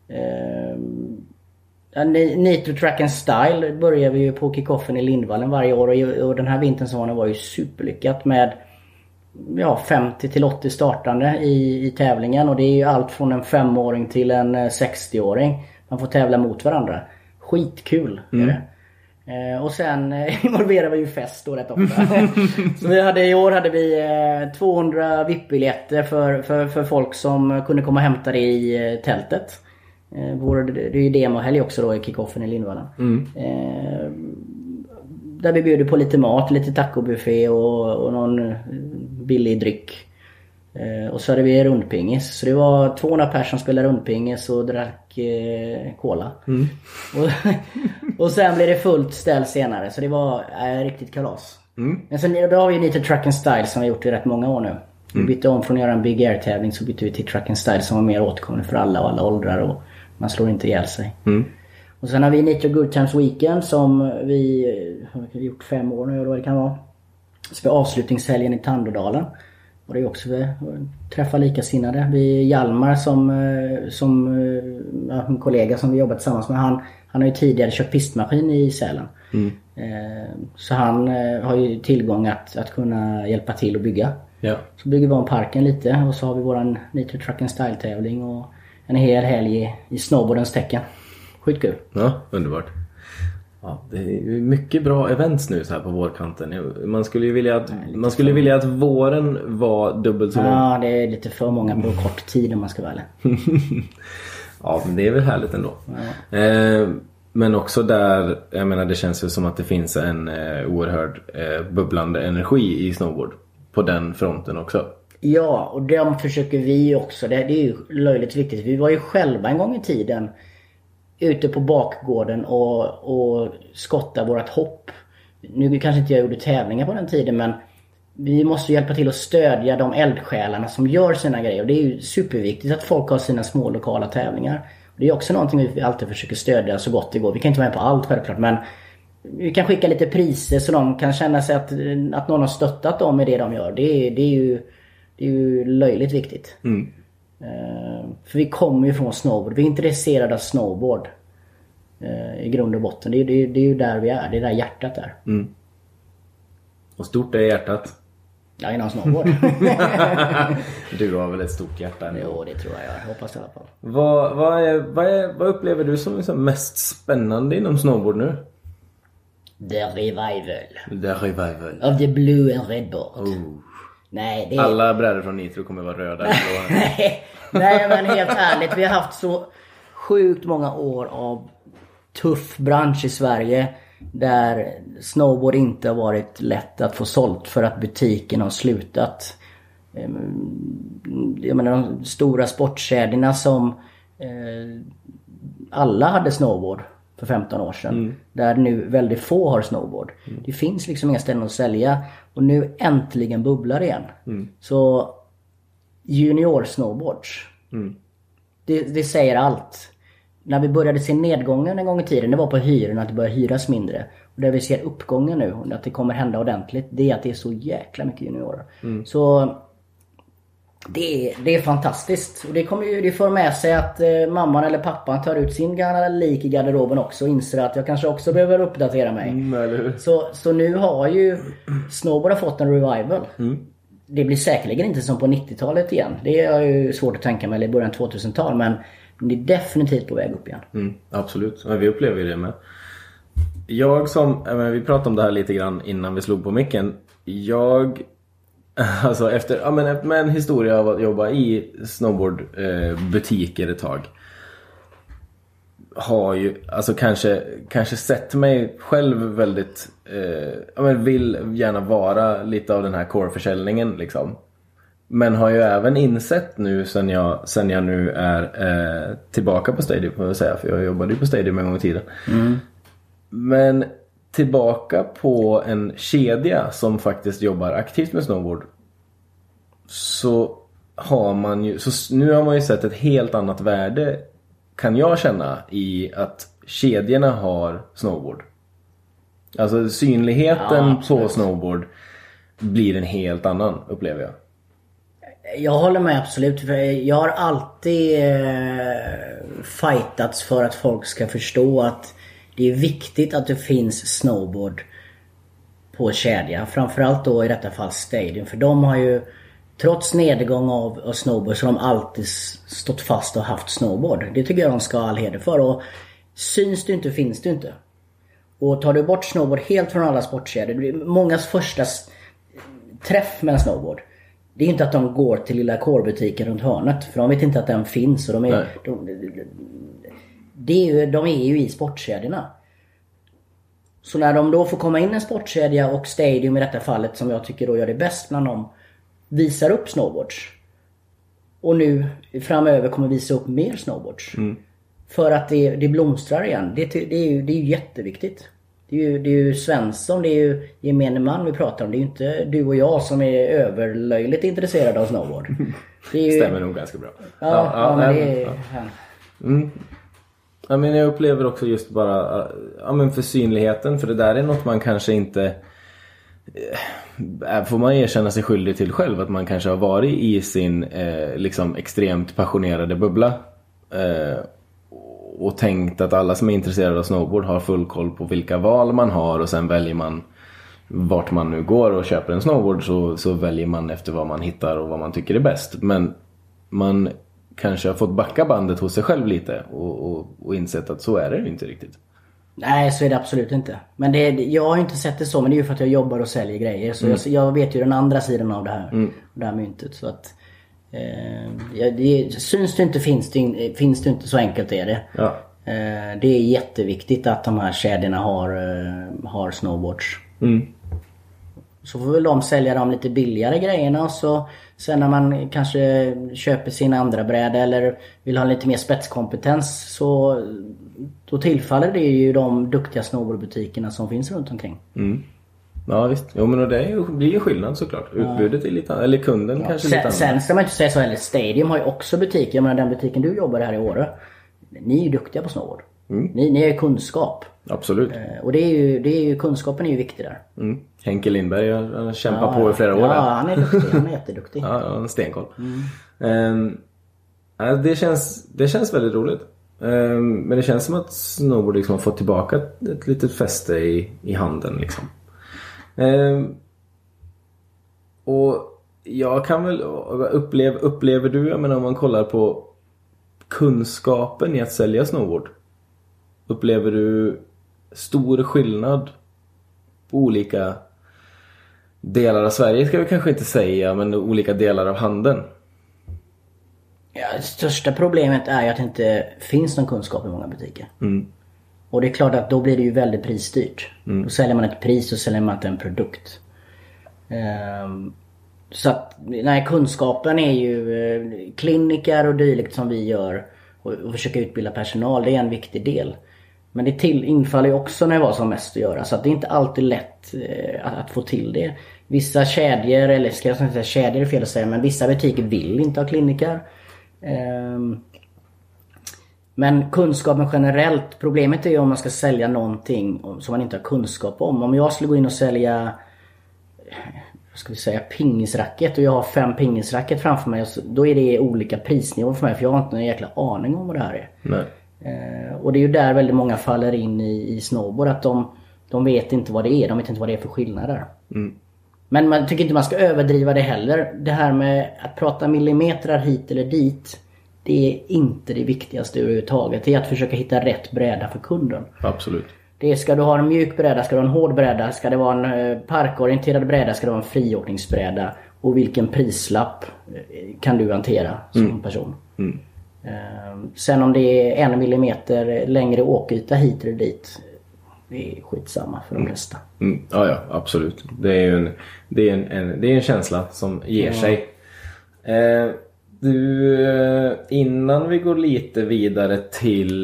Eh, Nitro Track and Style börjar vi ju på kickoffen i Lindvallen varje år. Och, och den här vintern var ju superlyckat med ja, femtio till åttio startande i, i tävlingen. Och det är ju allt från en femåring till en sextioåring. Man får tävla mot varandra. Skitkul är det. Mm. Eh, och sen eh, involverar vi ju fest då rätt ofta. Så vi hade, i år hade vi eh, tvåhundra V I P-biljetter för, för, för folk som kunde komma och hämta det i eh, tältet. Eh, vår, det är ju demohelg också då i kickoffen i Lindvallen. Mm. Eh, där vi bjöd på lite mat, lite tacobuffé och, och någon billig dryck. Eh, och så hade vi rundpingis. Så det var tvåhundra personer som spelade rundpingis och drack eh, cola. Mm. och, och sen blev det fullt ställ senare. Så det var eh, riktigt kalas. Mm. Men sen då har vi ju lite Truck and Style som vi har gjort i rätt många år nu. Vi bytte om från att göra en Big Air-tävling, så bytte vi till Truck and Style som var mer återkommande för alla och alla åldrar, och man slår inte ihjäl sig. Mm. Och sen har vi Nitro Good Times Weekend som vi har gjort fem år nu, eller vad det kan vara. Så vi avslutningshelgen i Tandådalen. Och det är också vi träffar likasinnade. Vi Hjalmar som, som ja, en kollega som vi jobbat tillsammans med, han, han har ju tidigare kört pistmaskin i Sälen. Mm. Så han har ju tillgång att, att kunna hjälpa till att bygga. Ja. Så bygger vi om parken lite, och så har vi våran Nitro Truck and Style tävling och en hel helg i, i snowboardens tecken. Skitkul. Ja, underbart. Ja, det är ju mycket bra events nu så här på vårkanten. Man skulle ju vilja att, Nej, man skulle vilja att våren var dubbelt så lång. Ja, det är lite för många på kort tid om man ska välja. Ja, men det är väl härligt ändå. Ja. Eh, men också där, jag menar, det känns ju som att det finns en eh, oerhörd eh, bubblande energi i snowboard. På den fronten också. Ja, och det försöker vi också. Det, det är ju löjligt viktigt. Vi var ju själva en gång i tiden ute på bakgården och, och skotta vårat hopp. Nu kanske inte jag gjorde tävlingar på den tiden, men vi måste hjälpa till att stödja de eldsjälarna som gör sina grejer. Och det är ju superviktigt att folk har sina små lokala tävlingar. Det är också någonting vi alltid försöker stödja så gott det går. Vi kan inte vara med på allt självklart, men vi kan skicka lite priser så de kan känna sig att, att någon har stöttat dem i det de gör. Det är, det är, ju, det är ju löjligt viktigt. Mm. Uh, för vi kommer ju från snowboard. Vi är intresserade av snowboard uh, i grund och botten. Det är, det, är, det är ju där vi är. Det är där hjärtat är. Mm. Och stort är hjärtat? Ja, inom snowboard. Du har väl ett stort hjärta ändå? Jo, det tror jag. Jag hoppas i alla fall. Vad, vad, är, vad, är, vad upplever du som liksom mest spännande inom snowboard nu? The revival. The revival. Of the blue and red board. Oh. Nej, det är... Alla brädor från Nitro kommer vara röda. Nej, men helt ärligt. Vi har haft så sjukt många år av tuff bransch i Sverige. Där snowboard inte har varit lätt att få sålt för att butiken har slutat. Jag menar, de stora sportkedjorna som eh, alla hade snowboard för femton år sedan. Mm. Där nu väldigt få har snowboard. Mm. Det finns liksom inga ställen att sälja. Och nu äntligen bubblar igen. Mm. Så junior snowboards. Mm. Det, det säger allt. När vi började se nedgången en gång i tiden, det var på hyrorna, att det började hyras mindre. Och där vi ser uppgången nu, att det kommer hända ordentligt, det är att det är så jäkla mycket juniorer. Mm. Så det är, det är fantastiskt. Och det kommer ju, det får med sig att eh, mamman eller pappan tar ut sin gamla lik i garderoben också och inser att jag kanske också behöver uppdatera mig. Mm, eller hur? Så, så nu har ju snowboard har fått en revival. Mm. Det blir säkerligen inte som på nittiotalet igen. Det är ju svårt att tänka mig, eller i början tvåtusental, men det är definitivt på väg upp igen. Mm, absolut, men vi upplever det med. Jag som, vi pratade om det här lite grann innan vi slog på micken. Jag, alltså efter, ja men med en historia av att jobba i snowboardbutiker ett tag, har ju, alltså kanske, kanske sett mig själv väldigt, eh, ja men vill gärna vara lite av den här core-försäljningen liksom. Men har ju även insett nu sen jag, sen jag nu är eh, tillbaka på Stadium, får jag säga, för jag jobbade ju på Stadium en gång i tiden. Mm. Men tillbaka på en kedja som faktiskt jobbar aktivt med snowboard, så har man ju, så nu har man ju sett ett helt annat värde, kan jag känna, i att kedjorna har snowboard. Alltså synligheten ja, på snowboard blir en helt annan, upplever jag. Jag håller med absolut. För jag har alltid eh, fightats för att folk ska förstå att det är viktigt att det finns snowboard på kedja. Framförallt då i detta fall Stadium. För de har ju, trots nedgång av, av snowboard, så har de alltid stått fast och haft snowboard. Det tycker jag de ska ha all heder för. Och syns du inte, finns du inte. Och tar du bort snowboard helt från alla sportkedjor, det blir mångas första träff med en snowboard. Det är inte att de går till lilla core-butiken runt hörnet, för de vet inte att den finns. Och de, är, de, det är ju, de är ju i sportkedjorna. Så när de då får komma in en sportkedja och Stadium i detta fallet, som jag tycker då gör det bäst bland dem, visar upp snowboards. Och nu framöver kommer visa upp mer snowboards. Mm. För att det, det blomstrar igen. Det, det, är ju, det är ju jätteviktigt. Det är ju, det är ju Svensson, det är ju gemene man vi pratar om. Det är ju inte du och jag som är överlöjligt intresserade av snowboard. Det är ju... Stämmer nog ganska bra. Ja, ja, ja men det är... Ja. Mm. Ja, men jag upplever också just bara ja, men för synligheten. För det där är något man kanske inte... Får man erkänna sig skyldig till själv. Att man kanske har varit i sin eh, liksom extremt passionerade bubbla. Eh, och tänkt att alla som är intresserade av snowboard har full koll på vilka val man har. Och sen väljer man vart man nu går och köper en snowboard. Så, så väljer man efter vad man hittar och vad man tycker är bäst. Men man kanske har fått backa bandet hos sig själv lite. Och, och, och insett att så är det ju inte riktigt. Nej, så är det absolut inte. Men det, jag har inte sett det så, men det är ju för att jag jobbar och säljer grejer. Så mm. jag, jag vet ju den andra sidan av det här, mm. det här myntet. Så att, eh, det, syns det inte finns det, finns det inte, så enkelt är det. Ja. Eh, det är jätteviktigt att de här kedjorna har, eh, har snowboards. Mm. Så får väl de sälja de lite billigare grejerna. Och så, sen när man kanske köper sin andra bräda eller vill ha lite mer spetskompetens, så då tillfaller det ju de duktiga snowboardbutikerna som finns runt omkring. Mm. Ja visst, jo, men det är ju, blir ju skillnad såklart. Utbudet är lite, eller kunden ja. kanske sen, lite annan. Sen ska man inte säga så heller. Stadium har ju också butiker. Jag menar, den butiken du jobbar här i Åre, ni är ju duktiga på snowboard. Mm. Ni, ni har ju kunskap. Absolut. Eh, och det är ju, det är ju, kunskapen är ju viktig där. Mm. Henke Lindberg har, har kämpat ja, på i flera år. Ja, han är duktig. Han är jätteduktig. Ja, han är stenkoll. Mm. Um, det, känns, det känns väldigt roligt. Um, men det känns som att snowboard liksom har fått tillbaka ett, ett litet fäste i, i handen liksom. Um, och jag kan väl uppleva, upplever du, jag menar, om man kollar på kunskapen i att sälja snowboard, upplever du stor skillnad på olika delar av Sverige, ska vi kanske inte säga, men olika delar av handeln? Ja, det största problemet är ju att det inte finns någon kunskap i många butiker. Mm. Och det är klart att då blir det ju väldigt prisstyrt. Mm. Då säljer man ett pris och säljer man inte en produkt. Um, så att, nej, kunskapen är ju uh, kliniker och dylikt som vi gör och, och försöka utbilda personal, det är en viktig del. Men det till, infaller ju också när det var som mest att göra. Så att det är inte alltid lätt uh, att, att få till det. Vissa kedjor, eller ska jag säga kedjor är fel att säga, men vissa butiker vill inte ha kliniker. Um, men kunskapen generellt, problemet är ju om man ska sälja någonting som man inte har kunskap om. Om jag skulle gå in och sälja, vad ska vi säga, pingisracket, och jag har fem pingisracket framför mig, då är det olika prisnivåer för mig, för jag har inte en jäkla aning om vad det här är. Nej. Uh, och det är ju där väldigt många faller in i, i snowboard, att de, de vet inte vad det är, de vet inte vad det är för skillnader. Mm. Men man tycker inte man ska överdriva det heller. Det här med att prata millimeter hit eller dit, det är inte det viktigaste överhuvudtaget. Det är att försöka hitta rätt bräda för kunden. Absolut. Det ska du ha en mjuk bräda, ska du ha en hård bräda, ska det vara en parkorienterad bräda, ska det vara en friåkningsbräda. Och vilken prislapp kan du hantera som mm. person. Mm. Sen om det är en millimeter längre åkyta hit eller dit, det är skitsamma för de flesta. Mm. Ja, ja, absolut. Det är ju en, det är en, en, det är en känsla som ger ja. sig. Eh, du, innan vi går lite vidare till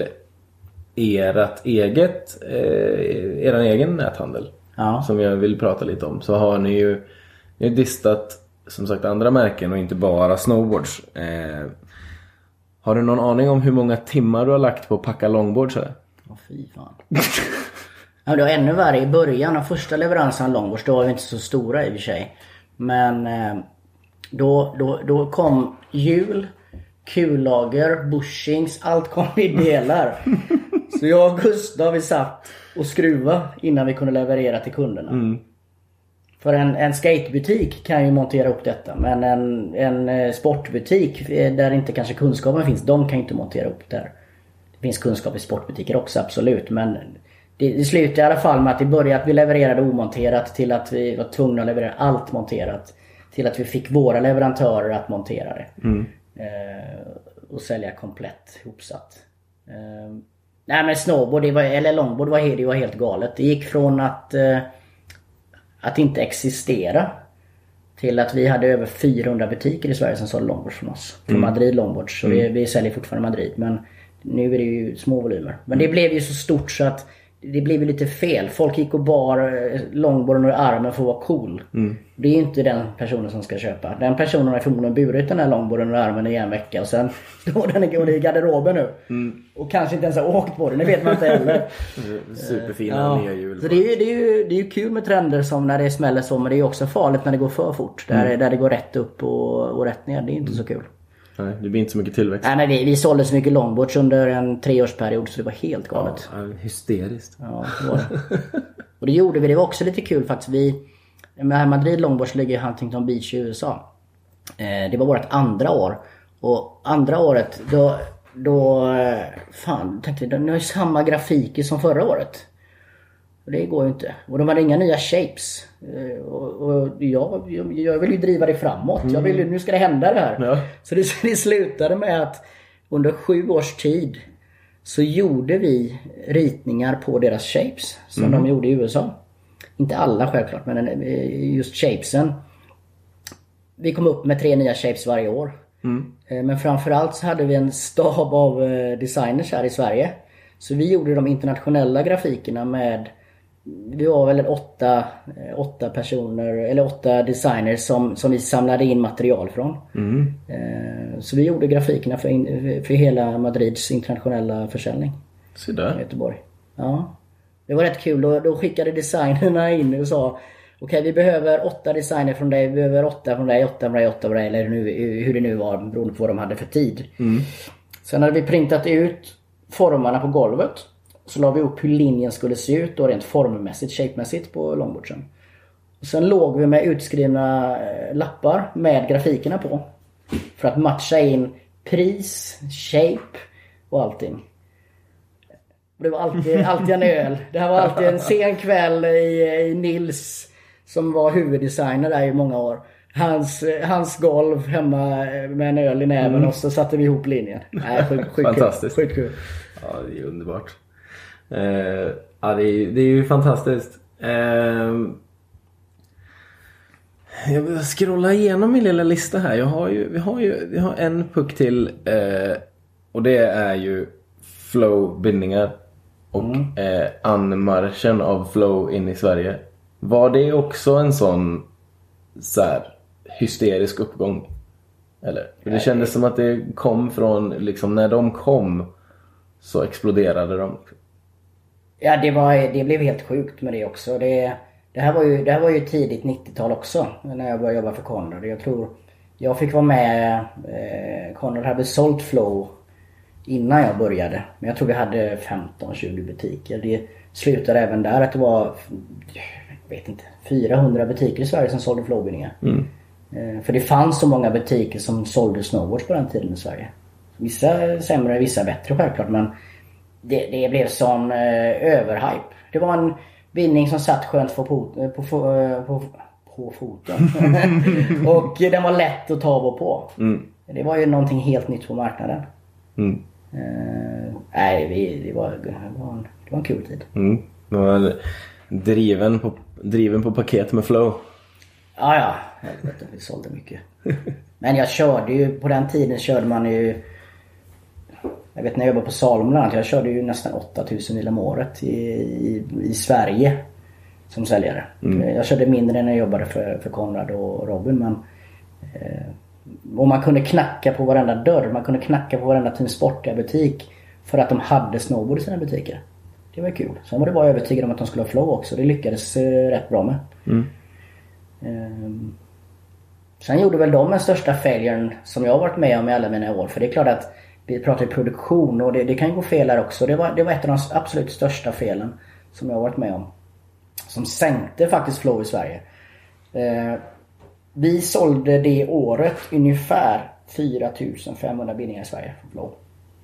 ert eget, eh, eran egen näthandel, ja. som jag vill prata lite om, så har ni ju ni har distat som sagt andra märken och inte bara snowboards. Eh, har du någon aning om hur många timmar du har lagt på att packa longboards här? Åh, fy fan. Ja, det var ännu värre i början av första leveransen av longboards. Då var vi inte så stora i och för sig. Men eh, då, då, då kom hjul, kullager, bushings, allt kom i delar. Så jag och Gustav, vi satt och skruva innan vi kunde leverera till kunderna. Mm. För en, en skatebutik kan ju montera upp detta. Men en, en sportbutik där inte kanske kunskapen finns, de kan ju inte montera upp det här. Det finns kunskap i sportbutiker också, absolut. Men det, det slutar i alla fall med att det började att vi levererade omonterat, till att vi var tvungna att leverera allt monterat, till att vi fick våra leverantörer att montera det. Mm. Eh, och sälja komplett ihopsatt. Eh, nej men snowboard, det var, eller longboard var, det var helt galet. Det gick från att, eh, att inte existera till att vi hade över fyrahundra butiker i Sverige som sålde longboards från oss. Från mm. Madrid longboards. Så mm. vi, vi säljer fortfarande Madrid. Men nu är det ju små volymer. Men det blev ju så stort så att det blev ju lite fel. Folk gick och bar longboarden ur armen för att vara cool. Mm. Det är ju inte den personen som ska köpa. Den personen har förmodligen burit den här longboarden ur armen i en vecka. Och sen står den i garderoben nu. Mm. Och kanske inte ens har åkt på den. Det vet man inte heller. Superfina ja. nya hjul. Så det är, ju, det, är ju, det är ju kul med trender som när det smäller så. Men det är ju också farligt när det går för fort. Där, mm. där det går rätt upp och, och rätt ner. Det är inte mm. så kul. Nej, det blir inte så mycket tillväxt. Nej, nej, vi, vi sålde så mycket longboards under en treårsperiod så det var helt galet. Ja, hysteriskt. Ja, det var det. Och det gjorde vi, det var också lite kul faktiskt. Vi, med Madrid longboards ligger i Huntington Beach i U S A. Eh, det var vårt andra år. Och andra året, då, då fan, tänkte jag, nu har ju samma grafiker som förra året. Och det går ju inte. Och de hade inga nya shapes. Och, och jag, jag, jag vill ju driva det framåt. Jag vill ju, nu ska det hända det här. Ja. Så det, det slutade med att under sju års tid så gjorde vi ritningar på deras shapes. Som mm. de gjorde i U S A. Inte alla självklart, men just shapesen. Vi kom upp med tre nya shapes varje år. Mm. Men framförallt så hade vi en stab av designers här i Sverige. Så vi gjorde de internationella grafikerna med... Vi var väl åtta, åtta personer eller åtta designers som, som vi samlade in material från. Mm. Så vi gjorde grafikerna för, in, för hela Madrids internationella försäljning. Så där. I Göteborg. Ja. Det var rätt kul. Då, då skickade designerna in och sa: okej, okay, vi behöver åtta designer från dig, vi behöver åtta från dig, åtta från dig, åtta från dig. Eller nu, hur det nu var, beroende på vad de hade för tid. Mm. Sen hade vi printat ut formarna på golvet. Så la vi upp hur linjen skulle se ut och rent formmässigt, shapemässigt på longboardsen. Och sen låg vi med utskrivna lappar med grafikerna på. För att matcha in pris, shape och allting. Och det var alltid, alltid en öl. Det här var alltid en sen kväll i, i Nils som var huvuddesigner där i många år. Hans, hans golv hemma med en öl i näven mm. och så satte vi ihop linjen. Nej, sjukt, sjukt fantastiskt. Sjukt kul. Ja, det är underbart. Uh, ja, det är, det är ju fantastiskt. Uh, jag vill scrolla igenom min lilla lista här. Jag har ju, vi har ju vi har en puck till uh, och det är ju flow-bindningar och mm. uh, anmarschen av flow in i Sverige. Var det också en sån så här hysterisk uppgång? Eller? För det kändes som att det kom från liksom när de kom så exploderade de. Ja, det, var, det blev helt sjukt med det också. Det, det, här var ju, det här var ju tidigt nittiotal också när jag började jobba för Conrad. Jag tror jag fick vara med. Eh, Conrad hade sålt flow innan jag började. Men jag tror vi hade femton tjugo butiker. Det slutade även där att det var, jag vet inte, fyrahundra butiker i Sverige som sålde flowbindningar. Mm. Eh, för det fanns så många butiker som sålde snowboards på den tiden i Sverige. Vissa sämre, vissa bättre självklart, men det, det blev sån eh, överhype. Det var en bindning som satt skönt på, på, på, på, på foten. Och den var lätt att ta av på. Mm. Det var ju någonting helt nytt på marknaden. Mm. Eh, nej, vi, det, var, det, var en, det var en kul tid. Mm. Det var driven på, driven på paket med flow. Ja, ja. Jag vet, vi sålde mycket. Men jag körde ju, på den tiden körde man ju, jag vet när jag jobbade på Salom bland annat, jag körde ju nästan åtta tusen mil om året i, i, i Sverige som säljare. Mm. Jag körde mindre när jag jobbade för, för Conrad och Robin, men eh, och man kunde knacka på varenda dörr, man kunde knacka på varenda Team Sportiga butik för att de hade snowboard i sina butiker. Det var kul. Sen var det bara övertygad om att de skulle ha flow också. Det lyckades eh, rätt bra med. Mm. Eh, sen gjorde väl de den största failuren som jag har varit med om i alla mina år. För det är klart att vi pratar i produktion och det, det kan gå fel här också. Det var, det var ett av de absolut största felen som jag har varit med om. Som sänkte faktiskt flow i Sverige. Eh, vi sålde det året ungefär fyra tusen femhundra bindningar i Sverige för flow.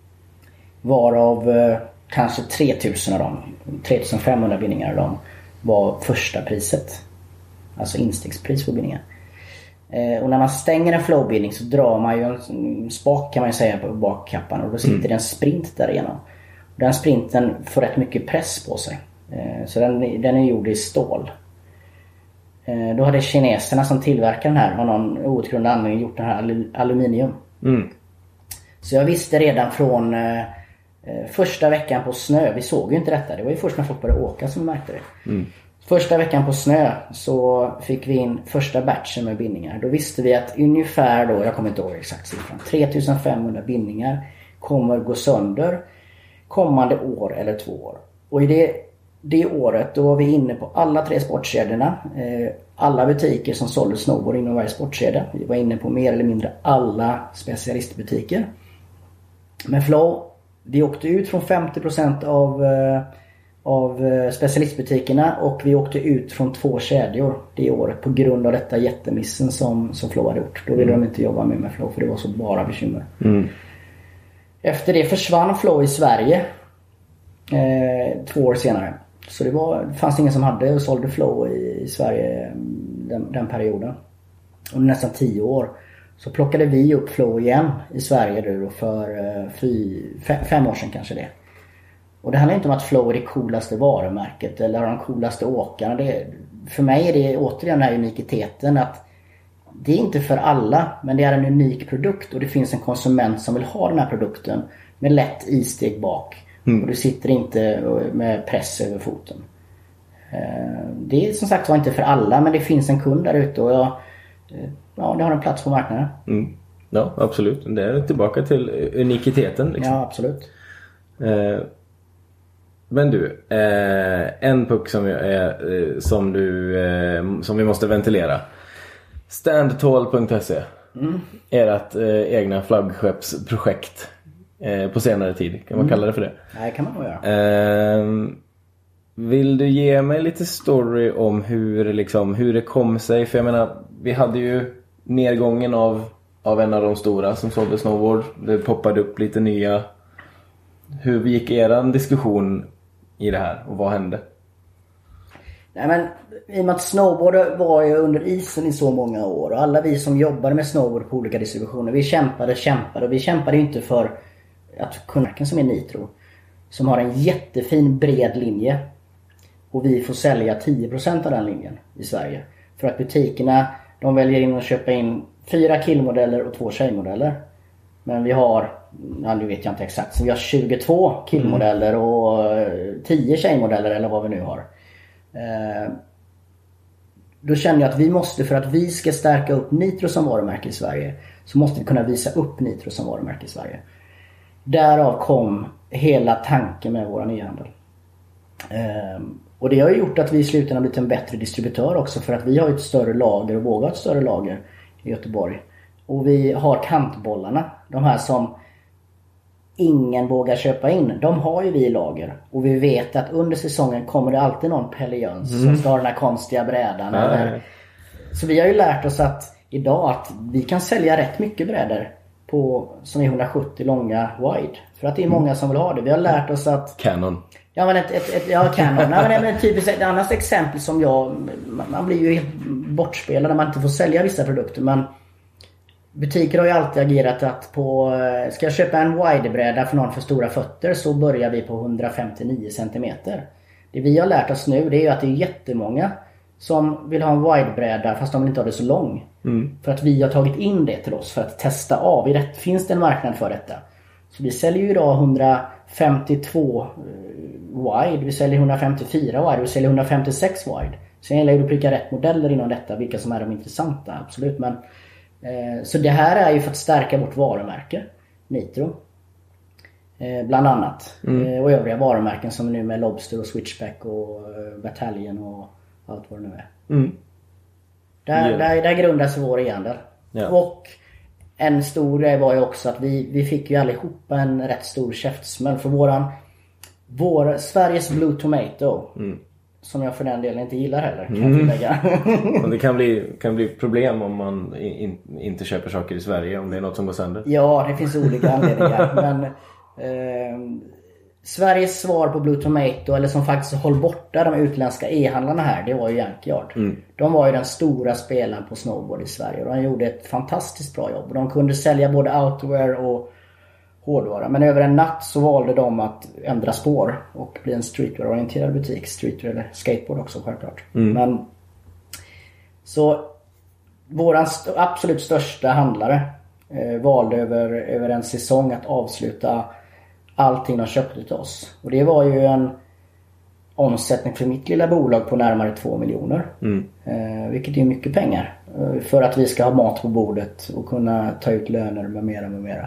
Varav eh, kanske tre tusen av dem, tre tusen femhundra bindningar av dem var första priset. Alltså instegspris på bindningar. Eh, och när man stänger en flowbindning så drar man ju en spak kan man ju säga på bakkappan. Och då sitter mm. det en sprint där igenom. Och den sprinten får rätt mycket press på sig. Eh, så den, den är gjord i stål. Eh, då hade kineserna som tillverkar den här av någon outgrundlig anledning gjort den här al- aluminium. Mm. Så jag visste redan från eh, första veckan på snö, vi såg ju inte detta, det var ju först när folk började åka som vi märkte det. Mm. Första veckan på snö så fick vi in första batchen med bindningar. Då visste vi att ungefär då, jag kommer inte ihåg exakt siffran, tre tusen femhundra bindningar kommer gå sönder kommande år eller två år. Och i det, det året då var vi inne på alla tre sportkedjorna. Eh, alla butiker som sålde snowboard inom varje sportkedja. Vi var inne på mer eller mindre alla specialistbutiker. Med Flow, vi åkte ut från femtio procent av... Eh, av specialistbutikerna och vi åkte ut från två kedjor det året på grund av detta jättemissen som, som Flow hade gjort. Då ville mm. de inte jobba med med Flow för det var så bara bekymmer. Mm. Efter det försvann Flow i Sverige eh, två år senare. Så det, var, det fanns ingen som hade och sålde Flow i, i Sverige den, den perioden. Under nästan tio år så plockade vi upp Flow igen i Sverige då för eh, fy, fem, fem år sedan kanske det. Och det handlar inte om att Flow är det coolaste varumärket eller har de coolaste åkarna. Det, för mig är det återigen den här unikiteten att det är inte för alla, men det är en unik produkt och det finns en konsument som vill ha den här produkten med lätt isteg bak. Mm. Och du sitter inte med press över foten. Det är som sagt var inte för alla, men det finns en kund där ute och jag, ja, det har en plats på marknaden. Mm. Ja, absolut. Det är tillbaka till unikiteten. Liksom. Ja, absolut. Eh. Men du, eh, en puck som, är, eh, som, du, eh, som vi måste ventilera. Standtall punkt se mm. Ert eh, egna flaggskeppsprojekt eh, på senare tid. Kan man mm. kalla det för det? Nej, kan man nog göra. Eh, vill du ge mig lite story om hur, liksom, hur det kom sig? För jag menar, vi hade ju nedgången av, av en av de stora som sålde snowboard. Det poppade upp lite nya. Hur gick eran diskussion i det här och vad hände? Nej, men i och med att snowboard var ju under isen i så många år och alla vi som jobbade med snowboard på olika distributioner, vi kämpade, kämpade och vi kämpade ju inte för att kunna, som är Nitro, som har en jättefin bred linje och vi får sälja tio procent av den linjen i Sverige. För att butikerna, de väljer in att köpa in fyra killmodeller och två tjejmodeller. Men vi har, ja, nu vet jag inte exakt, så vi har tjugotvå killmodeller och tio tjejmodeller eller vad vi nu har. Eh, då kände jag att vi måste, för att vi ska stärka upp Nitro som varumärke i Sverige, så måste vi kunna visa upp Nitro som varumärke i Sverige. Därav kom hela tanken med våra nyhandel. Eh, och det har ju gjort att vi i slutändan har blivit en bättre distributör också, för att vi har ett större lager och vågar ett större lager i Göteborg. Och vi har kantbollarna, de här som ingen vågar köpa in, de har ju vi i lager. Och vi vet att under säsongen kommer det alltid någon Pelle Jöns mm. som ska ha den här konstiga brädan. Nej. Eller... Så vi har ju lärt oss att idag att vi kan sälja rätt mycket brädor på, som är hundrasjuttio långa wide. För att det är många som vill ha det. Vi har lärt oss att... Canon. Ja, men ett, ett, ett, ja, Canon. Nej, men, men typiskt ett annat exempel som jag... Man blir ju helt bortspelad när man inte får sälja vissa produkter. Men butiker har ju alltid agerat att på... Ska jag köpa en widebräda för någon för stora fötter så börjar vi på hundrafemtionio centimeter. Det vi har lärt oss nu det är ju att det är jättemånga som vill ha en widebräda fast de vill inte ha det så lång. Mm. För att vi har tagit in det till oss för att testa av. I rätt, finns det en marknad för detta? Så vi säljer ju idag hundrafemtiotvå wide, vi säljer hundrafemtiofyra wide, vi säljer hundrafemtiosex wide. Sen gäller det att pricka rätt modeller inom detta, vilka som är de intressanta, absolut. Men, eh, så det här är ju för att stärka vårt varumärke, Nitro. Eh, bland annat. Mm. Eh, och övriga varumärken som nu med Lobster och Switchback och eh, Battalion och allt vad det nu är. Mm. Där, yeah. där, där grundas vår e-handel. Yeah. Och en stor grej var ju också att vi, vi fick ju allihopa en rätt stor käftsmäll för våran vår Sveriges Blue Tomato mm. som jag för den delen inte gillar heller kan mm. tillägga. Och det kan bli, kan bli problem om man in, inte köper saker i Sverige om det är något som går sönder. Ja, det finns olika anledningar men eh, Sveriges svar på Blue Tomato, eller som faktiskt håll borta de utländska e-handlarna här, det var ju Junkyard. Mm. De var ju den stora spelaren på snowboard i Sverige och de gjorde ett fantastiskt bra jobb. Och de kunde sälja både outwear och hårdvara. Men över en natt så valde de att ändra spår och bli en streetwear-orienterad butik. Streetwear eller skateboard också självklart. Mm. Men Så våran st- absolut största handlare eh, valde över, över en säsong att avsluta allting de köpte till oss. Och det var ju en omsättning för mitt lilla bolag på närmare två miljoner. Mm. Eh, vilket är mycket pengar. Eh, för att vi ska ha mat på bordet och kunna ta ut löner med mera med mera.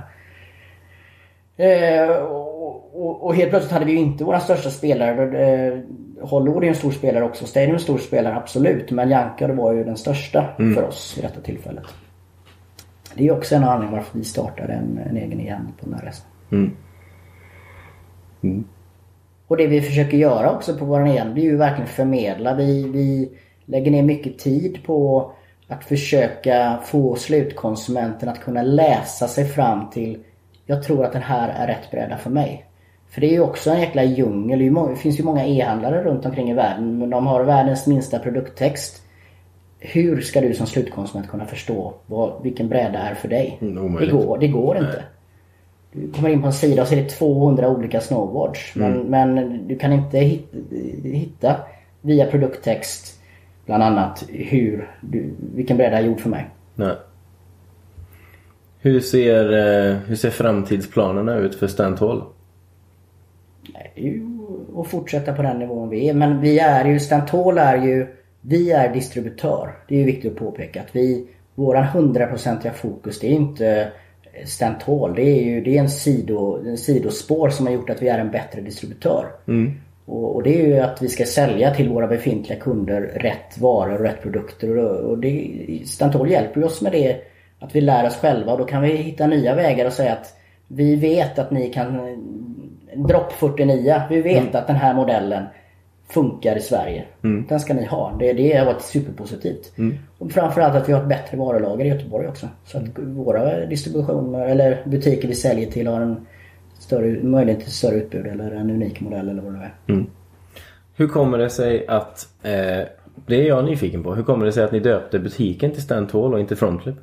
Eh, och, och, och helt plötsligt hade vi ju inte våra största spelare. Eh, Hollywood är en stor spelare också. Stadium är en stor spelare, absolut. Men Jankar var ju den största mm. för oss i detta tillfället. Det är också en anledning varför vi startade en, en egen igen på den här resan. Mm. Mm. Och det vi försöker göra också på våran igen, det är ju verkligen förmedla. Vi, vi lägger ner mycket tid på att försöka få slutkonsumenten att kunna läsa sig fram till, jag tror att den här är rätt bräda för mig. För det är ju också en jäkla djungel. Det finns ju många e-handlare runt omkring i världen, men de har världens minsta produkttext. Hur ska du som slutkonsument kunna förstå vad, vilken bräda är för dig? Mm, det går, det går inte. Du kommer in på en sida och så är det tvåhundra olika snowboards. Mm. Men, men du kan inte hitta, hitta via produkttext bland annat hur du, vilken bräda är gjord för mig. Nej. Hur ser, hur ser framtidsplanerna ut för Stand Tall? Det är ju att fortsätta på den nivån vi är. Men vi är ju, Stand Tall är ju, vi är distributör. Det är ju viktigt att påpeka att vi, våran hundraprocentiga fokus, det är inte Stand Tall. Det är ju det är en, sido, en sidospår som har gjort att vi är en bättre distributör. Mm. Och, och det är ju att vi ska sälja till våra befintliga kunder rätt varor och rätt produkter. Och, och det, Stand Tall hjälper oss med det, att vi lär oss själva. Och då kan vi hitta nya vägar och säga att vi vet att ni kan Drop fyrtionio, vi vet mm. att den här modellen funkar i Sverige. Mm. Den ska ni ha. Det, det har varit superpositivt. Mm. Och framförallt att vi har ett bättre varulager i Göteborg också. Så att våra distributioner eller butiker vi säljer till har en större möjlighet till större utbud eller en unik modell eller vad det är. Mm. Hur kommer det sig att eh, det är jag nyfiken på. Hur kommer det sig att ni döpte butiken till Stand Tall och inte Frontflip?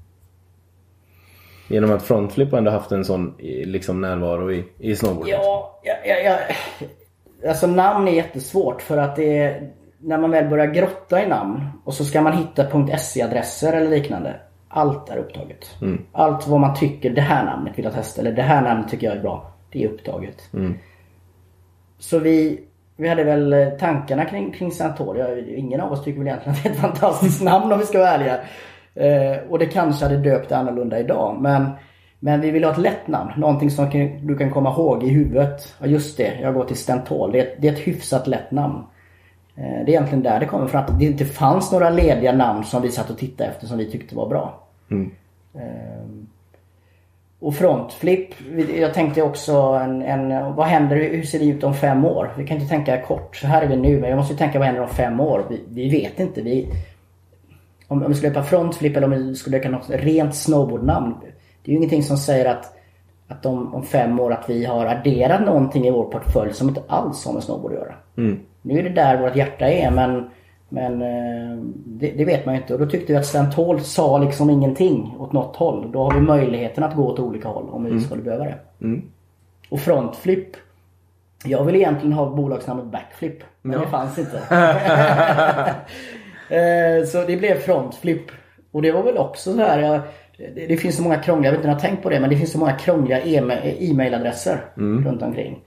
Genom att Frontflip ändå haft en sån liksom närvaro i, i snowboard. Ja, ja, ja, ja. Alltså namn är jättesvårt för att det är, när man väl börjar grotta i namn och så ska man hitta .se-adresser eller liknande. Allt är upptaget. Mm. Allt vad man tycker, det här namnet vill jag testa eller det här namnet tycker jag är bra, det är upptaget. Mm. Så vi, vi hade väl tankarna kring, kring Stand Tall. Ingen av oss tycker väl egentligen att det är ett fantastiskt namn om vi ska vara ärliga. Eh, och det kanske hade döpt annorlunda idag. Men, men vi vill ha ett lätt namn. Någonting som kan, du kan komma ihåg i huvudet. Ja just det, jag går till Stand Tall. Det, det är ett hyfsat lätt namn. Eh, det är egentligen där det kommer fram. Det inte fanns några lediga namn som vi satt och tittade efter som vi tyckte var bra. Mm. Eh, och Frontflip. Jag tänkte också en, en, vad händer, hur ser det ut om fem år? Vi kan inte tänka kort. Så här är vi nu. Men jag måste tänka vad händer om fem år. Vi, vi vet inte. Vi... Om, om vi skulle döpa Frontflip eller om vi skulle döpa något rent snowboardnamn. Det är ju ingenting som säger att, att om, om fem år att vi har adderat någonting i vår portfölj som inte alls har med snowboard att göra. Mm. Nu är det där vårt hjärta är, men, men det, det vet man ju inte. Och då tyckte vi att Stand Tall sa liksom ingenting åt något håll. Då har vi möjligheten att gå åt olika håll om vi mm. skulle behöva det. Mm. Och Frontflip, jag vill egentligen ha bolagsnamnet Backflip, men ja. Det fanns inte. Så det blev Frontflip. Och det var väl också så här, jag, det, det finns så många krångliga, jag vet inte om jag har tänkt på det, men det finns så många krångliga e-mailadresser mm. runt omkring.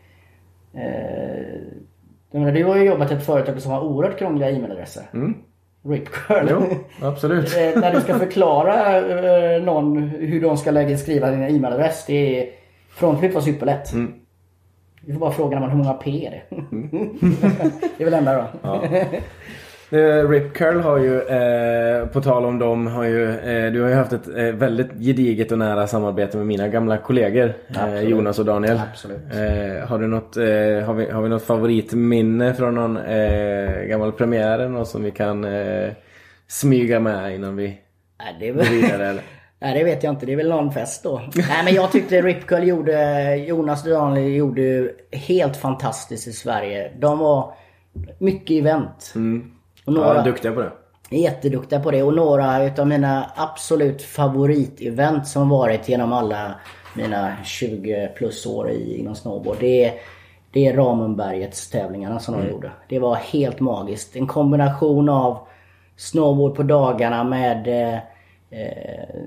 Eh, du har ju jobbat i ett företag som har oerhört krångliga e-mailadresser. Mm. Rip Curl. Jo, absolut. eh, när du ska förklara eh, någon hur de ska lägga skriva din e-mailadress, det är Frontflip var superlätt. Mm. Vi får bara fråga hur många P är det. Mm. Det är väl enda då. Ja. Rip Curl har ju, eh, på tal om dem, har ju, eh, du har ju haft ett eh, väldigt gediget och nära samarbete med mina gamla kollegor, eh, Jonas och Daniel. Absolut. Eh, har du något, eh, har vi, har vi något favoritminne från någon eh, gammal premiär, något som vi kan eh, smyga med innan vi Nej, det går vidare? Eller? Nej, det vet jag inte. Det är väl någon fest då. Nej, men jag tyckte Rip Curl gjorde, Jonas och Daniel gjorde helt fantastiskt i Sverige. De var mycket event. Mm. Och några, ja, duktiga på det. Jätteduktiga på det. Och några utav mina absolut favoritevent som varit genom alla mina tjugo plus år i, inom snowboard. Det är, det är Ramundbergets tävlingarna som mm. de gjorde. Det var helt magiskt. En kombination av snowboard på dagarna med eh, eh,